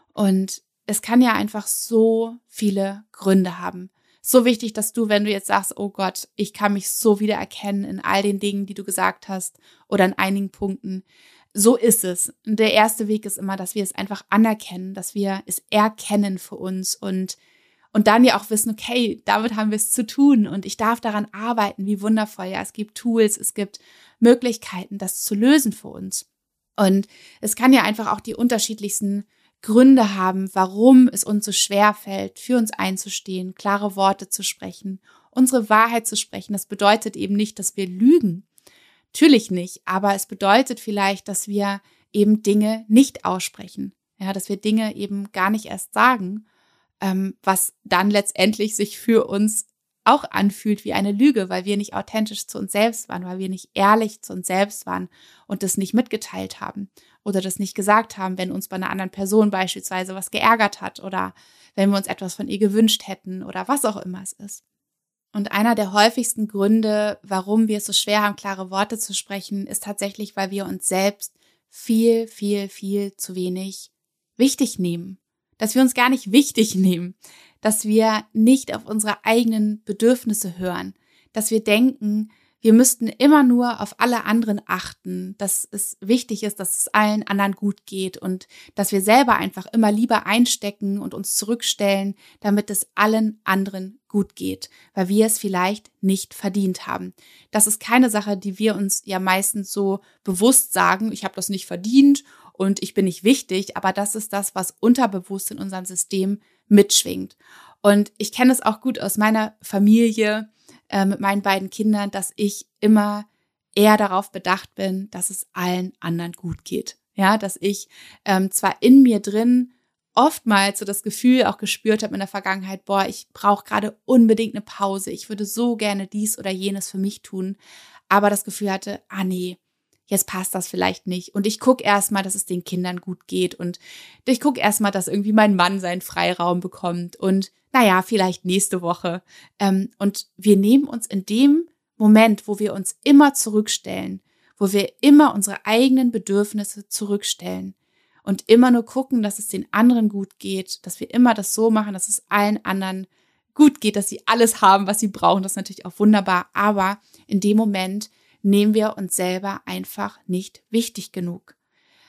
Und es kann ja einfach so viele Gründe haben. So wichtig, dass du, wenn du jetzt sagst, oh Gott, ich kann mich so wiedererkennen in all den Dingen, die du gesagt hast oder in einigen Punkten. So ist es. Und der erste Weg ist immer, dass wir es einfach anerkennen, dass wir es erkennen für uns und, und dann ja auch wissen, okay, damit haben wir es zu tun und ich darf daran arbeiten, wie wundervoll. Ja, es gibt Tools, es gibt Möglichkeiten, das zu lösen für uns. Und es kann ja einfach auch die unterschiedlichsten Gründe haben, warum es uns so schwer fällt, für uns einzustehen, klare Worte zu sprechen, unsere Wahrheit zu sprechen. Das bedeutet eben nicht, dass wir lügen. Natürlich nicht, aber es bedeutet vielleicht, dass wir eben Dinge nicht aussprechen. Ja, dass wir Dinge eben gar nicht erst sagen, ähm, was dann letztendlich sich für uns auch anfühlt wie eine Lüge, weil wir nicht authentisch zu uns selbst waren, weil wir nicht ehrlich zu uns selbst waren und das nicht mitgeteilt haben oder das nicht gesagt haben, wenn uns bei einer anderen Person beispielsweise was geärgert hat oder wenn wir uns etwas von ihr gewünscht hätten oder was auch immer es ist. Und einer der häufigsten Gründe, warum wir es so schwer haben, klare Worte zu sprechen, ist tatsächlich, weil wir uns selbst viel, viel, viel zu wenig wichtig nehmen. Dass wir uns gar nicht wichtig nehmen, dass wir nicht auf unsere eigenen Bedürfnisse hören, dass wir denken, wir müssten immer nur auf alle anderen achten, dass es wichtig ist, dass es allen anderen gut geht und dass wir selber einfach immer lieber einstecken und uns zurückstellen, damit es allen anderen gut geht, weil wir es vielleicht nicht verdient haben. Das ist keine Sache, die wir uns ja meistens so bewusst sagen, ich habe das nicht verdient und ich bin nicht wichtig, aber das ist das, was unterbewusst in unserem System mitschwingt. Und ich kenne es auch gut aus meiner Familie, äh, mit meinen beiden Kindern, dass ich immer eher darauf bedacht bin, dass es allen anderen gut geht. Ja, dass ich ähm, zwar in mir drin oftmals so das Gefühl auch gespürt habe in der Vergangenheit, boah, ich brauche gerade unbedingt eine Pause, ich würde so gerne dies oder jenes für mich tun, aber das Gefühl hatte, ah nee, jetzt passt das vielleicht nicht. Und ich gucke erstmal, dass es den Kindern gut geht. Und ich gucke erstmal, dass irgendwie mein Mann seinen Freiraum bekommt. Und naja, vielleicht nächste Woche. Ähm, und wir nehmen uns in dem Moment, wo wir uns immer zurückstellen, wo wir immer unsere eigenen Bedürfnisse zurückstellen und immer nur gucken, dass es den anderen gut geht, dass wir immer das so machen, dass es allen anderen gut geht, dass sie alles haben, was sie brauchen. Das ist natürlich auch wunderbar. Aber in dem Moment nehmen wir uns selber einfach nicht wichtig genug.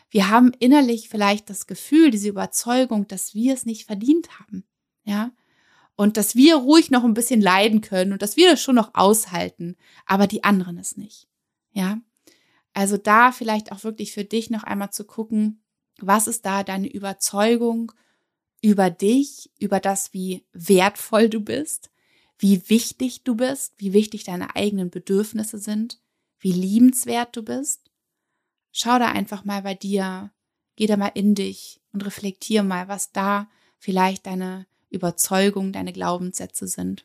Wir haben innerlich vielleicht das Gefühl, diese Überzeugung, dass wir es nicht verdient haben, ja, und dass wir ruhig noch ein bisschen leiden können und dass wir das schon noch aushalten, aber die anderen es nicht, ja. Also da vielleicht auch wirklich für dich noch einmal zu gucken, was ist da deine Überzeugung über dich, über das, wie wertvoll du bist, wie wichtig du bist, wie wichtig deine eigenen Bedürfnisse sind, wie liebenswert du bist. Schau da einfach mal bei dir, geh da mal in dich und reflektier mal, was da vielleicht deine Überzeugungen, deine Glaubenssätze sind.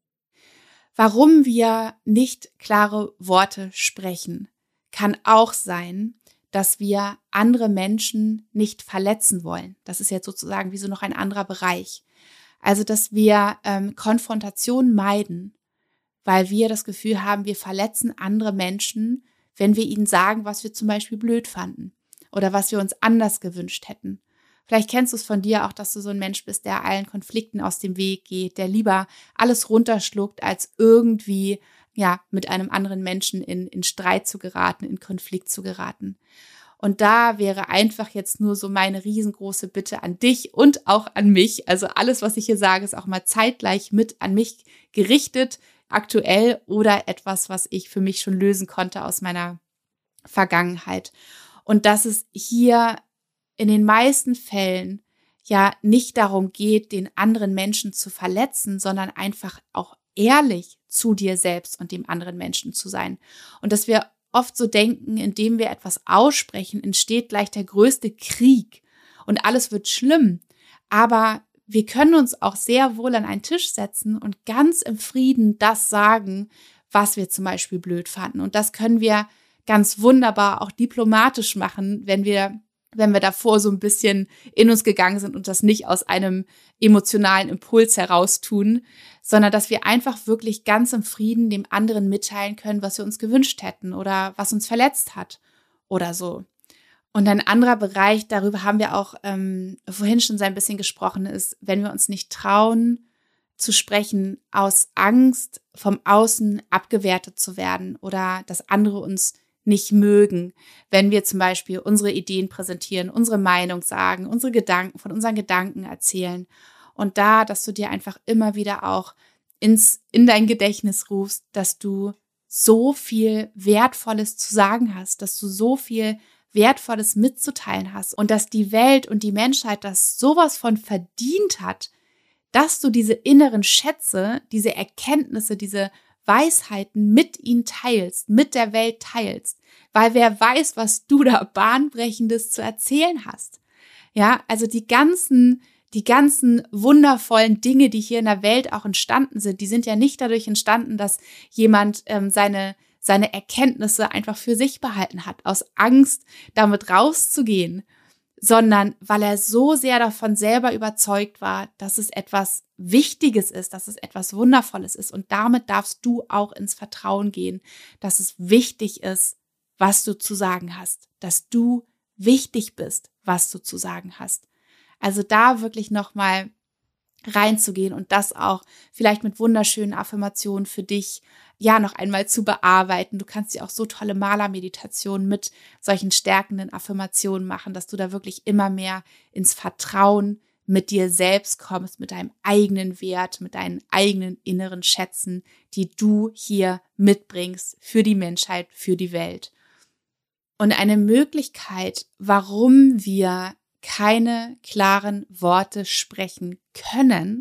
Warum wir nicht klare Worte sprechen, kann auch sein, dass wir andere Menschen nicht verletzen wollen. Das ist jetzt sozusagen wie so noch ein anderer Bereich. Also, dass wir ähm, Konfrontation meiden, weil wir das Gefühl haben, wir verletzen andere Menschen, wenn wir ihnen sagen, was wir zum Beispiel blöd fanden oder was wir uns anders gewünscht hätten. Vielleicht kennst du es von dir auch, dass du so ein Mensch bist, der allen Konflikten aus dem Weg geht, der lieber alles runterschluckt, als irgendwie ja mit einem anderen Menschen in, in Streit zu geraten, in Konflikt zu geraten. Und da wäre einfach jetzt nur so meine riesengroße Bitte an dich und auch an mich. Also alles, was ich hier sage, ist auch mal zeitgleich mit an mich gerichtet, aktuell oder etwas, was ich für mich schon lösen konnte aus meiner Vergangenheit. Und dass es hier in den meisten Fällen ja nicht darum geht, den anderen Menschen zu verletzen, sondern einfach auch ehrlich zu dir selbst und dem anderen Menschen zu sein. Und dass wir oft so denken, indem wir etwas aussprechen, entsteht gleich der größte Krieg und alles wird schlimm. Aber wir können uns auch sehr wohl an einen Tisch setzen und ganz im Frieden das sagen, was wir zum Beispiel blöd fanden. Und das können wir ganz wunderbar auch diplomatisch machen, wenn wir wenn wir davor so ein bisschen in uns gegangen sind und das nicht aus einem emotionalen Impuls heraus tun, sondern dass wir einfach wirklich ganz im Frieden dem anderen mitteilen können, was wir uns gewünscht hätten oder was uns verletzt hat oder so. Und ein anderer Bereich, darüber haben wir auch ähm, vorhin schon so ein bisschen gesprochen, ist, wenn wir uns nicht trauen zu sprechen aus Angst, vom Außen abgewertet zu werden oder dass andere uns nicht mögen, wenn wir zum Beispiel unsere Ideen präsentieren, unsere Meinung sagen, unsere Gedanken, von unseren Gedanken erzählen. Und da, dass du dir einfach immer wieder auch ins, in dein Gedächtnis rufst, dass du so viel Wertvolles zu sagen hast, dass du so viel Wertvolles mitzuteilen hast und dass die Welt und die Menschheit das sowas von verdient hat, dass du diese inneren Schätze, diese Erkenntnisse, diese Weisheiten mit ihnen teilst, mit der Welt teilst, weil wer weiß, was du da Bahnbrechendes zu erzählen hast. Ja, also die ganzen, die ganzen wundervollen Dinge, die hier in der Welt auch entstanden sind, die sind ja nicht dadurch entstanden, dass jemand ähm, seine, seine Erkenntnisse einfach für sich behalten hat, aus Angst, damit rauszugehen, sondern weil er so sehr davon selber überzeugt war, dass es etwas Wichtiges ist, dass es etwas Wundervolles ist. Und damit darfst du auch ins Vertrauen gehen, dass es wichtig ist, was du zu sagen hast, dass du wichtig bist, was du zu sagen hast. Also da wirklich nochmal reinzugehen und das auch vielleicht mit wunderschönen Affirmationen für dich ja noch einmal zu bearbeiten. Du kannst dir auch so tolle Malermeditationen mit solchen stärkenden Affirmationen machen, dass du da wirklich immer mehr ins Vertrauen mit dir selbst kommst, mit deinem eigenen Wert, mit deinen eigenen inneren Schätzen, die du hier mitbringst für die Menschheit, für die Welt. Und eine Möglichkeit, warum wir keine klaren Worte sprechen können,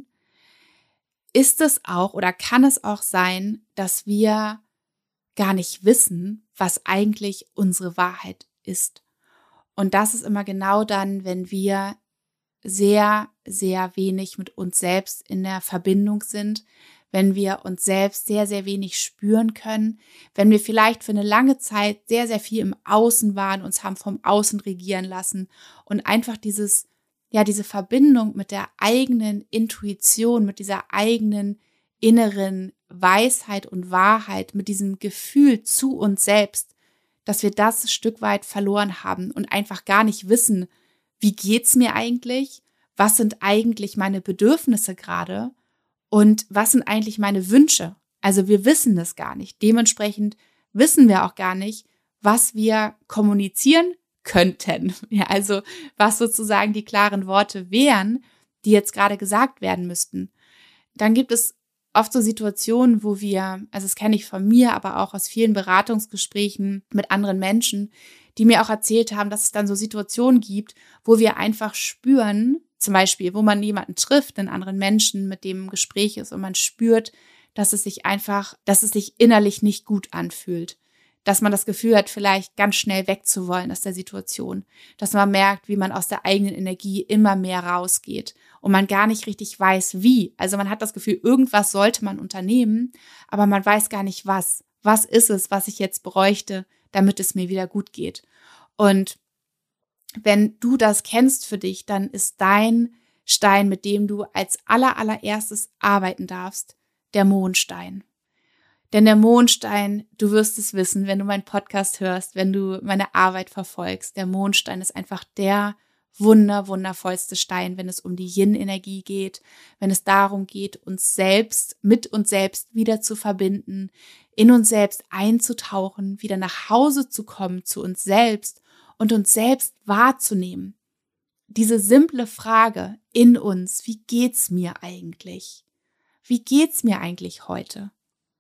ist es auch oder kann es auch sein, dass wir gar nicht wissen, was eigentlich unsere Wahrheit ist. Und das ist immer genau dann, wenn wir sehr, sehr wenig mit uns selbst in der Verbindung sind, wenn wir uns selbst sehr, sehr wenig spüren können, wenn wir vielleicht für eine lange Zeit sehr, sehr viel im Außen waren, uns haben vom Außen regieren lassen und einfach dieses, ja, diese Verbindung mit der eigenen Intuition, mit dieser eigenen inneren Weisheit und Wahrheit, mit diesem Gefühl zu uns selbst, dass wir das ein Stück weit verloren haben und einfach gar nicht wissen, wie geht's mir eigentlich? Was sind eigentlich meine Bedürfnisse gerade? Und was sind eigentlich meine Wünsche? Also wir wissen das gar nicht. Dementsprechend wissen wir auch gar nicht, was wir kommunizieren könnten. Ja, also was sozusagen die klaren Worte wären, die jetzt gerade gesagt werden müssten. Dann gibt es oft so Situationen, wo wir, also das kenne ich von mir, aber auch aus vielen Beratungsgesprächen mit anderen Menschen, die mir auch erzählt haben, dass es dann so Situationen gibt, wo wir einfach spüren, zum Beispiel, wo man jemanden trifft, einen anderen Menschen, mit dem ein Gespräch ist und man spürt, dass es sich einfach, dass es sich innerlich nicht gut anfühlt. Dass man das Gefühl hat, vielleicht ganz schnell wegzuwollen aus der Situation. Dass man merkt, wie man aus der eigenen Energie immer mehr rausgeht und man gar nicht richtig weiß, wie. Also man hat das Gefühl, irgendwas sollte man unternehmen, aber man weiß gar nicht, was. Was ist es, was ich jetzt bräuchte, damit es mir wieder gut geht? Und wenn du das kennst für dich, dann ist dein Stein, mit dem du als aller, allererstes arbeiten darfst, der Mondstein. Denn der Mondstein, du wirst es wissen, wenn du meinen Podcast hörst, wenn du meine Arbeit verfolgst, der Mondstein ist einfach der wunder, wundervollste Stein, wenn es um die Yin-Energie geht, wenn es darum geht, uns selbst, mit uns selbst wieder zu verbinden, in uns selbst einzutauchen, wieder nach Hause zu kommen zu uns selbst und uns selbst wahrzunehmen. Diese simple Frage in uns, wie geht's mir eigentlich? Wie geht's mir eigentlich heute?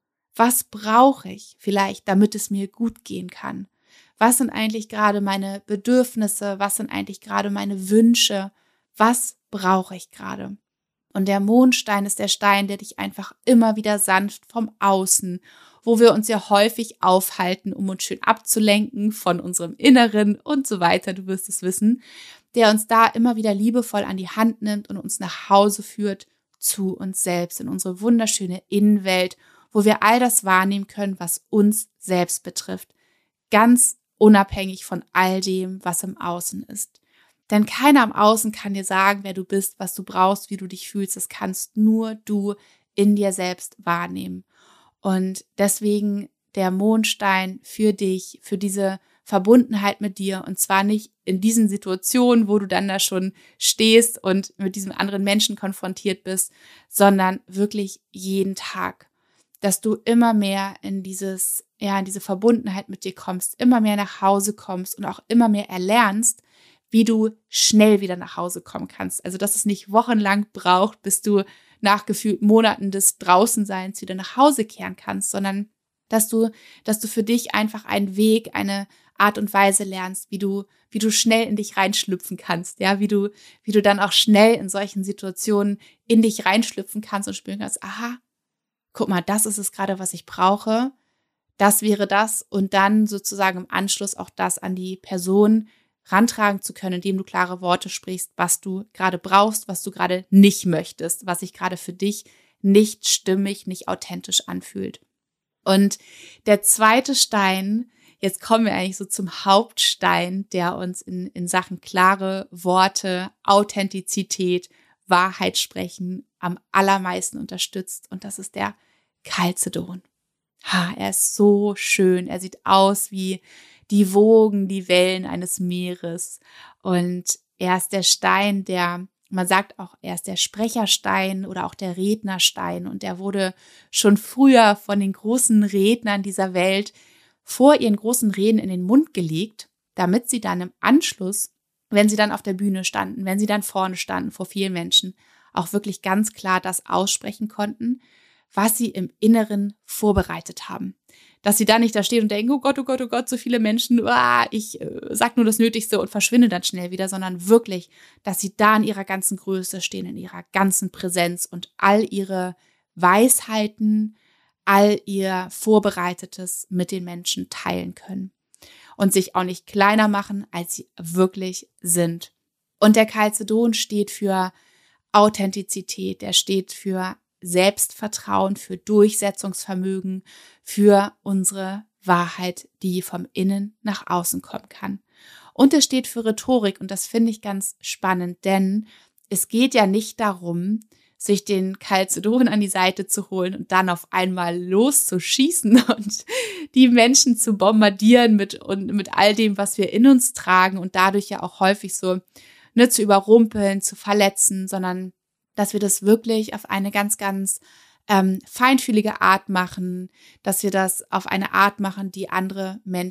Was brauche ich vielleicht, damit es mir gut gehen kann? Was sind eigentlich gerade meine Bedürfnisse? Was sind eigentlich gerade meine Wünsche? Was brauche ich gerade? Und der Mondstein ist der Stein, der dich einfach immer wieder sanft vom Außen, wo wir uns ja häufig aufhalten, um uns schön abzulenken von unserem Inneren und so weiter, du wirst es wissen, der uns da immer wieder liebevoll an die Hand nimmt und uns nach Hause führt zu uns selbst, in unsere wunderschöne Innenwelt, wo wir all das wahrnehmen können, was uns selbst betrifft, ganz unabhängig von all dem, was im Außen ist. Denn keiner im Außen kann dir sagen, wer du bist, was du brauchst, wie du dich fühlst. Das kannst nur du in dir selbst wahrnehmen. Und deswegen der Mondstein für dich, für diese Verbundenheit mit dir. Und zwar nicht in diesen Situationen, wo du dann da schon stehst und mit diesem anderen Menschen konfrontiert bist, sondern wirklich jeden Tag. Dass du immer mehr in dieses, ja, in diese Verbundenheit mit dir kommst, immer mehr nach Hause kommst und auch immer mehr erlernst, wie du schnell wieder nach Hause kommen kannst. Also, dass es nicht wochenlang braucht, bis du nach gefühlt Monaten des Draußenseins wieder nach Hause kehren kannst, sondern dass du, dass du für dich einfach einen Weg, eine Art und Weise lernst, wie du, wie du schnell in dich reinschlüpfen kannst, ja, wie du, wie du dann auch schnell in solchen Situationen in dich reinschlüpfen kannst und spüren kannst, aha, guck mal, das ist es gerade, was ich brauche, das wäre das und dann sozusagen im Anschluss auch das an die Person rantragen zu können, indem du klare Worte sprichst, was du gerade brauchst, was du gerade nicht möchtest, was sich gerade für dich nicht stimmig, nicht authentisch anfühlt. Und der zweite Stein, jetzt kommen wir eigentlich so zum Hauptstein, der uns in, in Sachen klare Worte, Authentizität, Wahrheit sprechen am allermeisten unterstützt. Und das ist der Chalcedon. Ha, er ist so schön. Er sieht aus wie die Wogen, die Wellen eines Meeres. Und er ist der Stein, der, man sagt auch, er ist der Sprecherstein oder auch der Rednerstein. Und er wurde schon früher von den großen Rednern dieser Welt vor ihren großen Reden in den Mund gelegt, damit sie dann im Anschluss, wenn sie dann auf der Bühne standen, wenn sie dann vorne standen vor vielen Menschen, auch wirklich ganz klar das aussprechen konnten, was sie im Inneren vorbereitet haben. Dass sie da nicht da stehen und denken, oh Gott, oh Gott, oh Gott, so viele Menschen, ah, ich äh, sag nur das Nötigste und verschwinde dann schnell wieder, sondern wirklich, dass sie da in ihrer ganzen Größe stehen, in ihrer ganzen Präsenz und all ihre Weisheiten, all ihr Vorbereitetes mit den Menschen teilen können und sich auch nicht kleiner machen, als sie wirklich sind. Und der Chalcedon steht für Authentizität, der steht für Selbstvertrauen, für Durchsetzungsvermögen, für unsere Wahrheit, die vom Innen nach außen kommen kann. Und es steht für Rhetorik und das finde ich ganz spannend, denn es geht ja nicht darum, sich den Chalcedon an die Seite zu holen und dann auf einmal loszuschießen und die Menschen zu bombardieren mit, und mit all dem, was wir in uns tragen und dadurch ja auch häufig so ne, zu überrumpeln, zu verletzen, sondern dass wir das wirklich auf eine ganz, ganz ähm, feinfühlige Art machen, dass wir das auf eine Art machen, die andere Menschen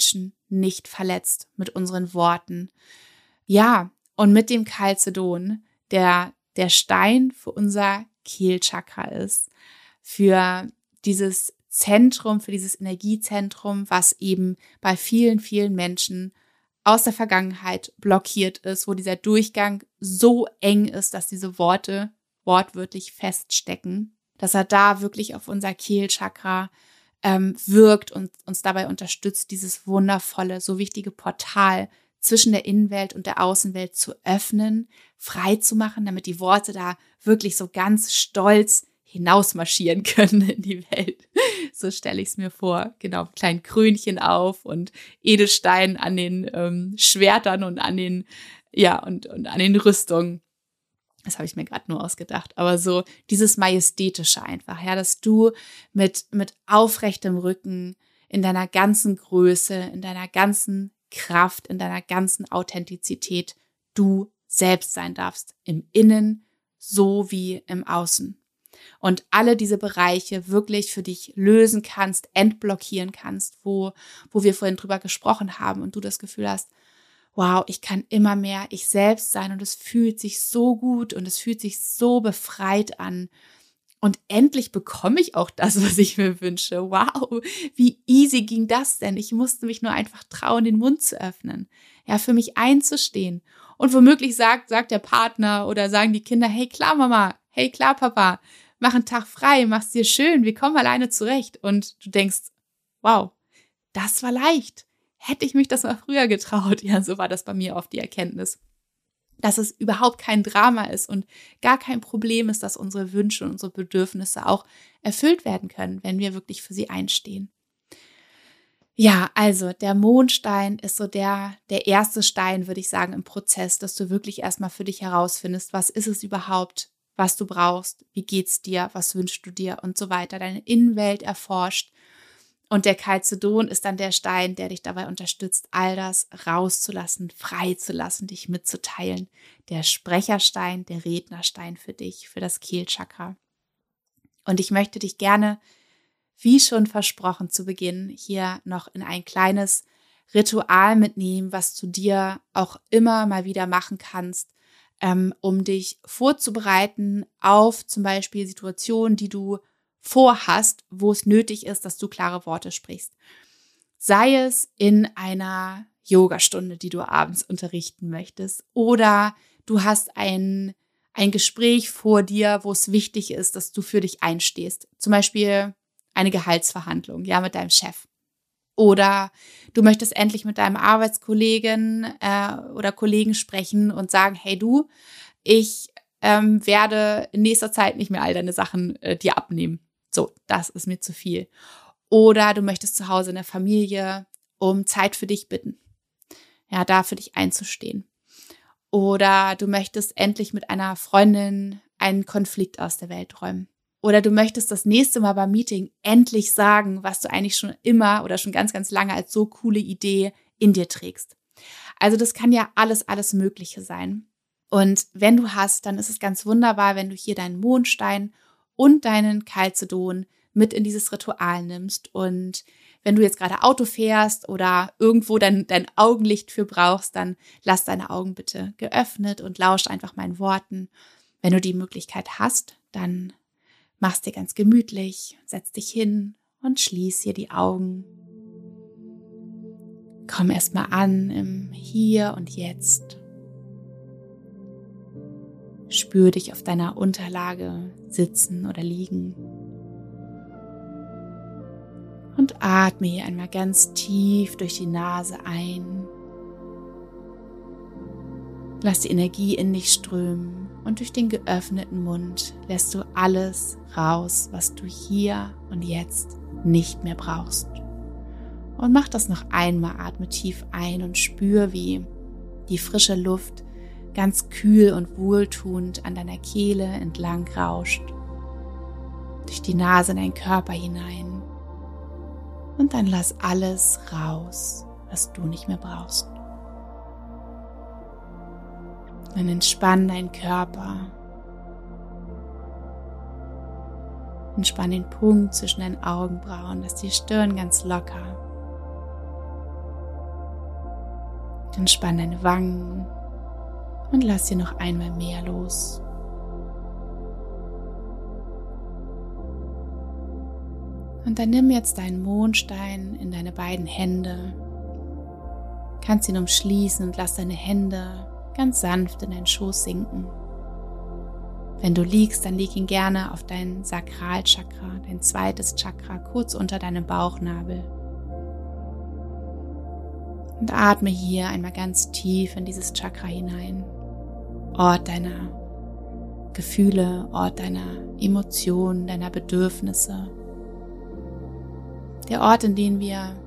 nicht verletzt mit unseren Worten. Ja, und mit dem Chalcedon, der der Stein für unser Kehlchakra ist, für dieses Zentrum, für dieses Energiezentrum, was eben bei vielen, vielen Menschen aus der Vergangenheit blockiert ist, wo dieser Durchgang so eng ist, dass diese Worte wortwörtlich feststecken, dass er da wirklich auf unser Kehlchakra ähm, wirkt und uns dabei unterstützt, dieses wundervolle, so wichtige Portal zwischen der Innenwelt und der Außenwelt zu öffnen, frei zu machen, damit die Worte da wirklich so ganz stolz hinausmarschieren können in die Welt. So stelle ich es mir vor. Genau, kleinen Krönchen auf und Edelstein an den ähm, Schwertern und an den, ja, und, und an den Rüstungen. Das habe ich mir gerade nur ausgedacht. Aber so dieses Majestätische einfach, ja, dass du mit, mit aufrechtem Rücken in deiner ganzen Größe, in deiner ganzen Kraft, in deiner ganzen Authentizität du selbst sein darfst. Im Innen so wie im Außen. Und alle diese Bereiche wirklich für dich lösen kannst, entblockieren kannst, wo, wo wir vorhin drüber gesprochen haben und du das Gefühl hast, wow, ich kann immer mehr ich selbst sein und es fühlt sich so gut und es fühlt sich so befreit an. Und endlich bekomme ich auch das, was ich mir wünsche. Wow, wie easy ging das denn? Ich musste mich nur einfach trauen, den Mund zu öffnen, ja, für mich einzustehen. Und womöglich sagt, sagt der Partner oder sagen die Kinder, hey klar Mama, hey klar Papa, mach einen Tag frei, mach's dir schön, wir kommen alleine zurecht. Und du denkst, wow, das war leicht. Hätte ich mich das mal früher getraut. Ja, so war das bei mir oft die Erkenntnis, dass es überhaupt kein Drama ist und gar kein Problem ist, dass unsere Wünsche und unsere Bedürfnisse auch erfüllt werden können, wenn wir wirklich für sie einstehen. Ja, also der Mondstein ist so der, der erste Stein, würde ich sagen, im Prozess, dass du wirklich erstmal für dich herausfindest, was ist es überhaupt, was du brauchst, wie geht's dir, was wünschst du dir und so weiter, deine Innenwelt erforscht. Und der Chalcedon ist dann der Stein, der dich dabei unterstützt, all das rauszulassen, freizulassen, dich mitzuteilen. Der Sprecherstein, der Rednerstein für dich, für das Kehlchakra. Und ich möchte dich gerne, wie schon versprochen zu Beginn, hier noch in ein kleines Ritual mitnehmen, was du dir auch immer mal wieder machen kannst, ähm, um dich vorzubereiten auf zum Beispiel Situationen, die du vorhast, wo es nötig ist, dass du klare Worte sprichst. Sei es in einer Yogastunde, die du abends unterrichten möchtest, oder du hast ein, ein Gespräch vor dir, wo es wichtig ist, dass du für dich einstehst. Zum Beispiel eine Gehaltsverhandlung, ja, mit deinem Chef. Oder du möchtest endlich mit deinem Arbeitskollegen äh, oder Kollegen sprechen und sagen, hey du, ich ähm, werde in nächster Zeit nicht mehr all deine Sachen äh, dir abnehmen. So, das ist mir zu viel. Oder du möchtest zu Hause in der Familie um Zeit für dich bitten. Ja, da für dich einzustehen. Oder du möchtest endlich mit einer Freundin einen Konflikt aus der Welt räumen. Oder du möchtest das nächste Mal beim Meeting endlich sagen, was du eigentlich schon immer oder schon ganz, ganz lange als so coole Idee in dir trägst. Also das kann ja alles, alles Mögliche sein. Und wenn du hast, dann ist es ganz wunderbar, wenn du hier deinen Mondstein und deinen Chalcedon mit in dieses Ritual nimmst. Und wenn du jetzt gerade Auto fährst oder irgendwo dein, dein Augenlicht für brauchst, dann lass deine Augen bitte geöffnet und lausch einfach meinen Worten. Wenn du die Möglichkeit hast, dann mach's dir ganz gemütlich, setz dich hin und schließ hier die Augen. Komm erstmal an im Hier und Jetzt. Spür dich auf deiner Unterlage sitzen oder liegen. Und atme hier einmal ganz tief durch die Nase ein. Lass die Energie in dich strömen und durch den geöffneten Mund lässt du alles raus, was du hier und jetzt nicht mehr brauchst. Und mach das noch einmal, atme tief ein und spür, wie die frische Luft ganz kühl und wohltuend an deiner Kehle entlang rauscht, durch die Nase in deinen Körper hinein. Und dann lass alles raus, was du nicht mehr brauchst. Dann entspann deinen Körper. Entspann den Punkt zwischen deinen Augenbrauen, lass die Stirn ganz locker. Entspann deine Wangen und lass sie noch einmal mehr los. Und dann nimm jetzt deinen Mondstein in deine beiden Hände, kannst ihn umschließen und lass deine Hände ganz sanft in deinen Schoß sinken. Wenn du liegst, dann leg ihn gerne auf dein Sakralchakra, dein zweites Chakra, kurz unter deinem Bauchnabel. Und atme hier einmal ganz tief in dieses Chakra hinein. Ort deiner Gefühle, Ort deiner Emotionen, deiner Bedürfnisse. Der Ort, in den wir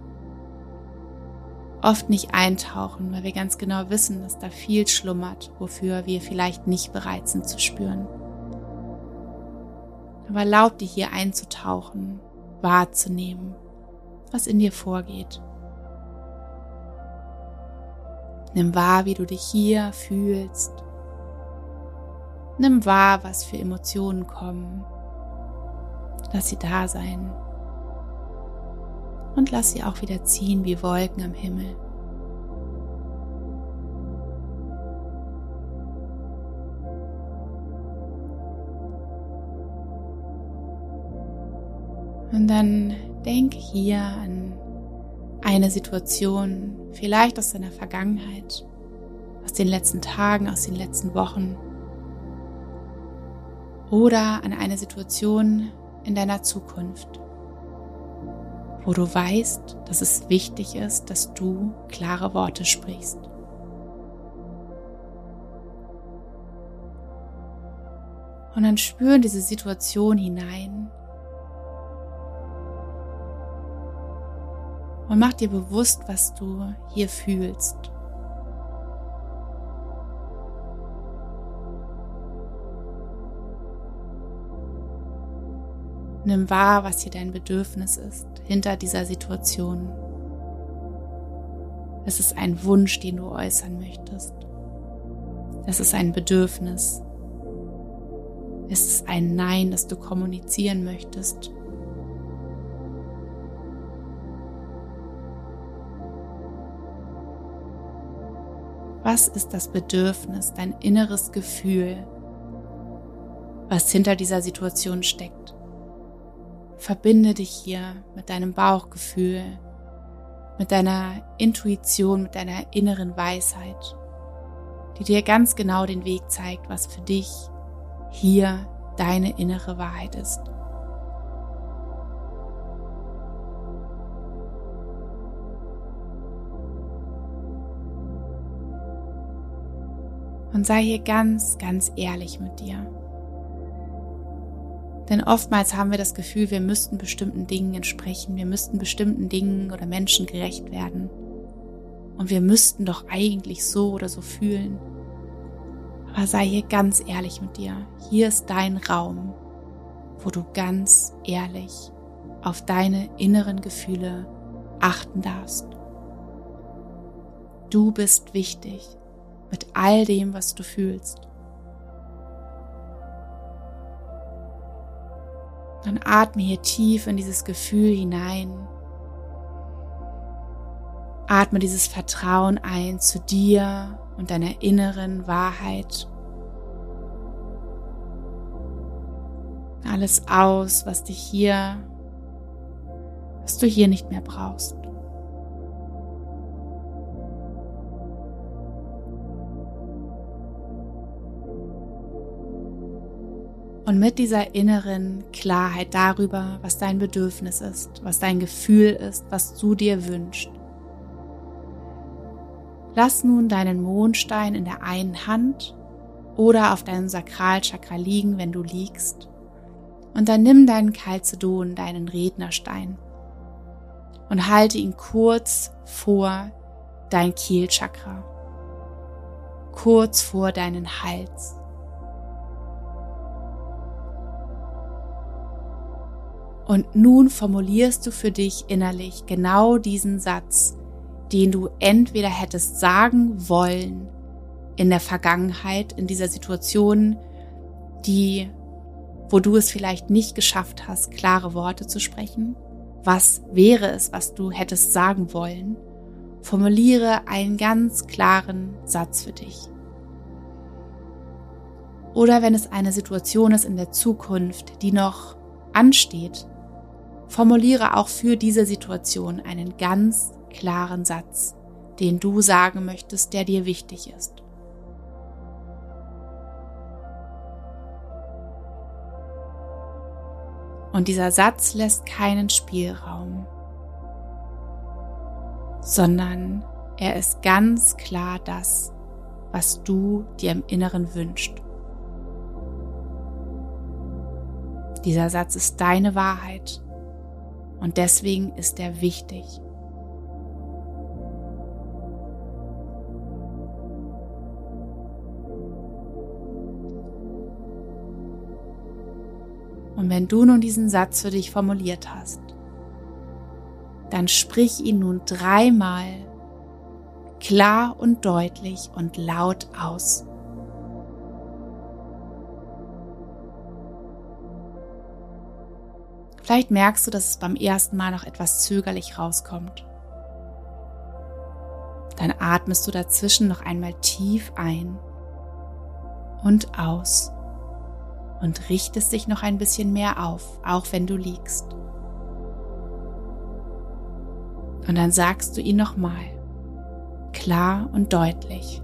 oft nicht eintauchen, weil wir ganz genau wissen, dass da viel schlummert, wofür wir vielleicht nicht bereit sind zu spüren. Aber erlaub dir hier einzutauchen, wahrzunehmen, was in dir vorgeht. Nimm wahr, wie du dich hier fühlst. Nimm wahr, was für Emotionen kommen. Lass sie da sein. Und lass sie auch wieder ziehen wie Wolken am Himmel. Und dann denk hier an eine Situation, vielleicht aus deiner Vergangenheit, aus den letzten Tagen, aus den letzten Wochen oder an eine Situation in deiner Zukunft, wo du weißt, dass es wichtig ist, dass du klare Worte sprichst. Und dann spür in diese Situation hinein und mach dir bewusst, was du hier fühlst. Nimm wahr, was hier dein Bedürfnis ist, hinter dieser Situation. Es ist ein Wunsch, den du äußern möchtest. Es ist ein Bedürfnis. Es ist ein Nein, das du kommunizieren möchtest. Was ist das Bedürfnis, dein inneres Gefühl, was hinter dieser Situation steckt? Verbinde dich hier mit deinem Bauchgefühl, mit deiner Intuition, mit deiner inneren Weisheit, die dir ganz genau den Weg zeigt, was für dich hier deine innere Wahrheit ist. Und sei hier ganz, ganz ehrlich mit dir. Denn oftmals haben wir das Gefühl, wir müssten bestimmten Dingen entsprechen, wir müssten bestimmten Dingen oder Menschen gerecht werden. Und wir müssten doch eigentlich so oder so fühlen. Aber sei hier ganz ehrlich mit dir. Hier ist dein Raum, wo du ganz ehrlich auf deine inneren Gefühle achten darfst. Du bist wichtig mit all dem, was du fühlst. Dann atme hier tief in dieses Gefühl hinein. Atme dieses Vertrauen ein zu dir und deiner inneren Wahrheit. Alles aus, was dich hier, was du hier nicht mehr brauchst. Und mit dieser inneren Klarheit darüber, was dein Bedürfnis ist, was dein Gefühl ist, was du dir wünschst, lass nun deinen Mondstein in der einen Hand oder auf deinem Sakralchakra liegen, wenn du liegst. Und dann nimm deinen Chalcedon, deinen Rednerstein, und halte ihn kurz vor dein Kehlchakra, kurz vor deinen Hals. Und nun formulierst du für dich innerlich genau diesen Satz, den du entweder hättest sagen wollen in der Vergangenheit, in dieser Situation, die, wo du es vielleicht nicht geschafft hast, klare Worte zu sprechen. Was wäre es, was du hättest sagen wollen? Formuliere einen ganz klaren Satz für dich. Oder wenn es eine Situation ist in der Zukunft, die noch ansteht, formuliere auch für diese Situation einen ganz klaren Satz, den du sagen möchtest, der dir wichtig ist. Und dieser Satz lässt keinen Spielraum, sondern er ist ganz klar das, was du dir im Inneren wünschst. Dieser Satz ist deine Wahrheit und deswegen ist er wichtig. Und wenn du nun diesen Satz für dich formuliert hast, dann sprich ihn nun dreimal klar und deutlich und laut aus. Vielleicht merkst du, dass es beim ersten Mal noch etwas zögerlich rauskommt. Dann atmest du dazwischen noch einmal tief ein und aus und richtest dich noch ein bisschen mehr auf, auch wenn du liegst. Und dann sagst du ihn nochmal, klar und deutlich.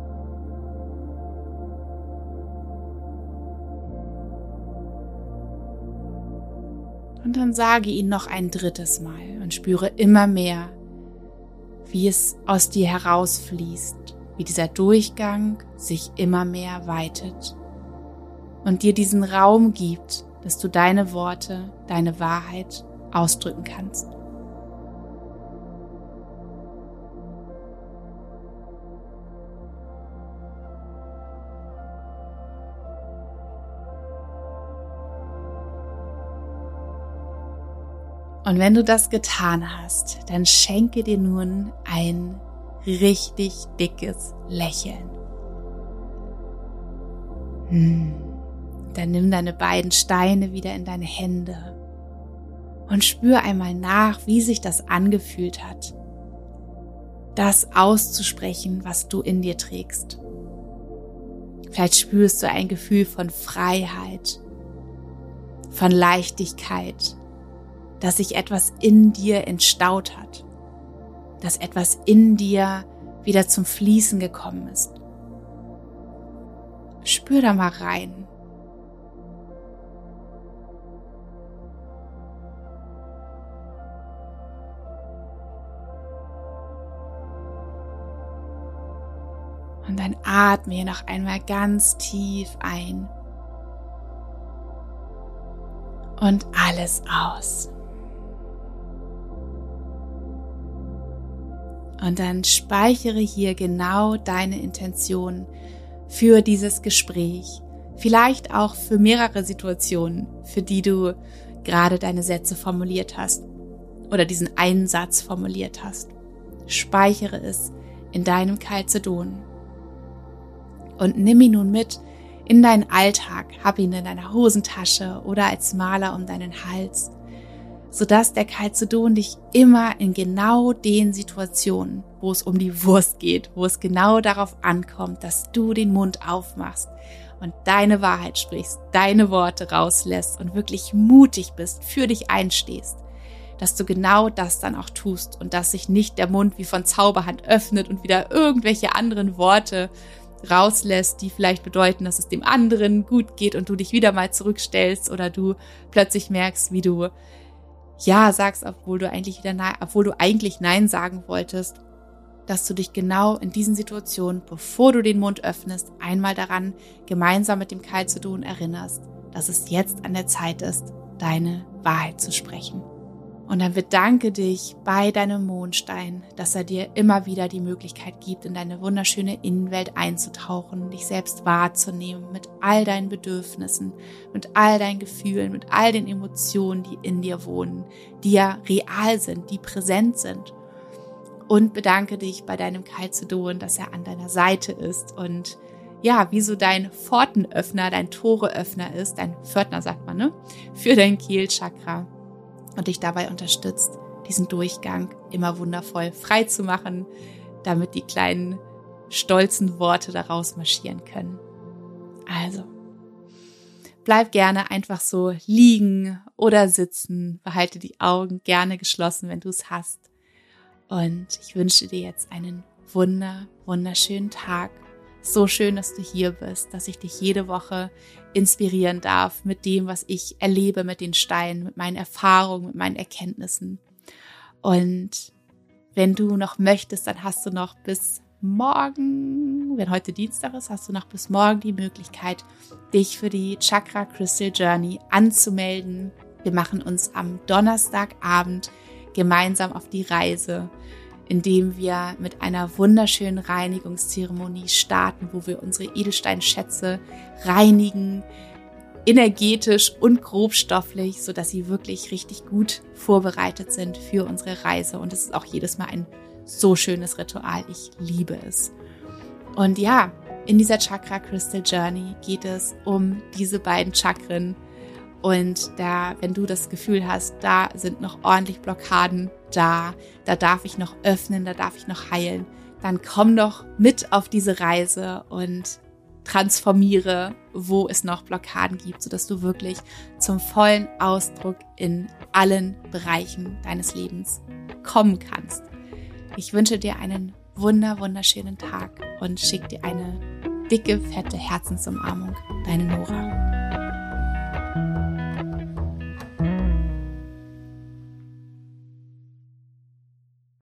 Und dann sage ihn noch ein drittes Mal und spüre immer mehr, wie es aus dir herausfließt, wie dieser Durchgang sich immer mehr weitet und dir diesen Raum gibt, dass du deine Worte, deine Wahrheit ausdrücken kannst. Und wenn du das getan hast, dann schenke dir nun ein richtig dickes Lächeln. Hm. Dann nimm deine beiden Steine wieder in deine Hände und spür einmal nach, wie sich das angefühlt hat, das auszusprechen, was du in dir trägst. Vielleicht spürst du ein Gefühl von Freiheit, von Leichtigkeit, dass sich etwas in dir entstaut hat, dass etwas in dir wieder zum Fließen gekommen ist. Spür da mal rein. Und dann atme hier noch einmal ganz tief ein und alles aus. Und dann speichere hier genau deine Intention für dieses Gespräch, vielleicht auch für mehrere Situationen, für die du gerade deine Sätze formuliert hast oder diesen einen Satz formuliert hast. Speichere es in deinem Chalcedon und nimm ihn nun mit in deinen Alltag, hab ihn in deiner Hosentasche oder als Maler um deinen Hals, sodass der Chalcedon dich immer in genau den Situationen, wo es um die Wurst geht, wo es genau darauf ankommt, dass du den Mund aufmachst und deine Wahrheit sprichst, deine Worte rauslässt und wirklich mutig bist, für dich einstehst, dass du genau das dann auch tust und dass sich nicht der Mund wie von Zauberhand öffnet und wieder irgendwelche anderen Worte rauslässt, die vielleicht bedeuten, dass es dem anderen gut geht und du dich wieder mal zurückstellst oder du plötzlich merkst, wie du Ja sagst, obwohl du eigentlich wieder Nein, obwohl du eigentlich Nein sagen wolltest, dass du dich genau in diesen Situationen, bevor du den Mund öffnest, einmal daran gemeinsam mit dem Chalcedon erinnerst, dass es jetzt an der Zeit ist, deine Wahrheit zu sprechen. Und dann bedanke dich bei deinem Mondstein, dass er dir immer wieder die Möglichkeit gibt, in deine wunderschöne Innenwelt einzutauchen, dich selbst wahrzunehmen mit all deinen Bedürfnissen, mit all deinen Gefühlen, mit all den Emotionen, die in dir wohnen, die ja real sind, die präsent sind. Und bedanke dich bei deinem Chalcedon, dass er an deiner Seite ist und ja, wie so dein Pfortenöffner, dein Toreöffner ist, dein Pförtner sagt man, ne? Für dein Kehlchakra. Und dich dabei unterstützt, diesen Durchgang immer wundervoll frei zu machen, damit die kleinen stolzen Worte daraus marschieren können. Also, bleib gerne einfach so liegen oder sitzen, behalte die Augen gerne geschlossen, wenn du es hast. Und ich wünsche dir jetzt einen wunder, wunderschönen Tag. So schön, dass du hier bist, dass ich dich jede Woche inspirieren darf mit dem, was ich erlebe mit den Steinen, mit meinen Erfahrungen, mit meinen Erkenntnissen. Und wenn du noch möchtest, dann hast du noch bis morgen, wenn heute Dienstag ist, hast du noch bis morgen die Möglichkeit, dich für die Chakra Crystal Journey anzumelden. Wir machen uns am Donnerstagabend gemeinsam auf die Reise, indem wir mit einer wunderschönen Reinigungszeremonie starten, wo wir unsere Edelsteinschätze reinigen, energetisch und grobstofflich, sodass sie wirklich richtig gut vorbereitet sind für unsere Reise. Und es ist auch jedes Mal ein so schönes Ritual. Ich liebe es. Und ja, in dieser Chakra Crystal Journey geht es um diese beiden Chakren. Und da, wenn du das Gefühl hast, da sind noch ordentlich Blockaden da, da darf ich noch öffnen, da darf ich noch heilen, dann komm doch mit auf diese Reise und transformiere, wo es noch Blockaden gibt, sodass du wirklich zum vollen Ausdruck in allen Bereichen deines Lebens kommen kannst. Ich wünsche dir einen wunder, wunderschönen Tag und schicke dir eine dicke, fette Herzensumarmung. Deine Nora.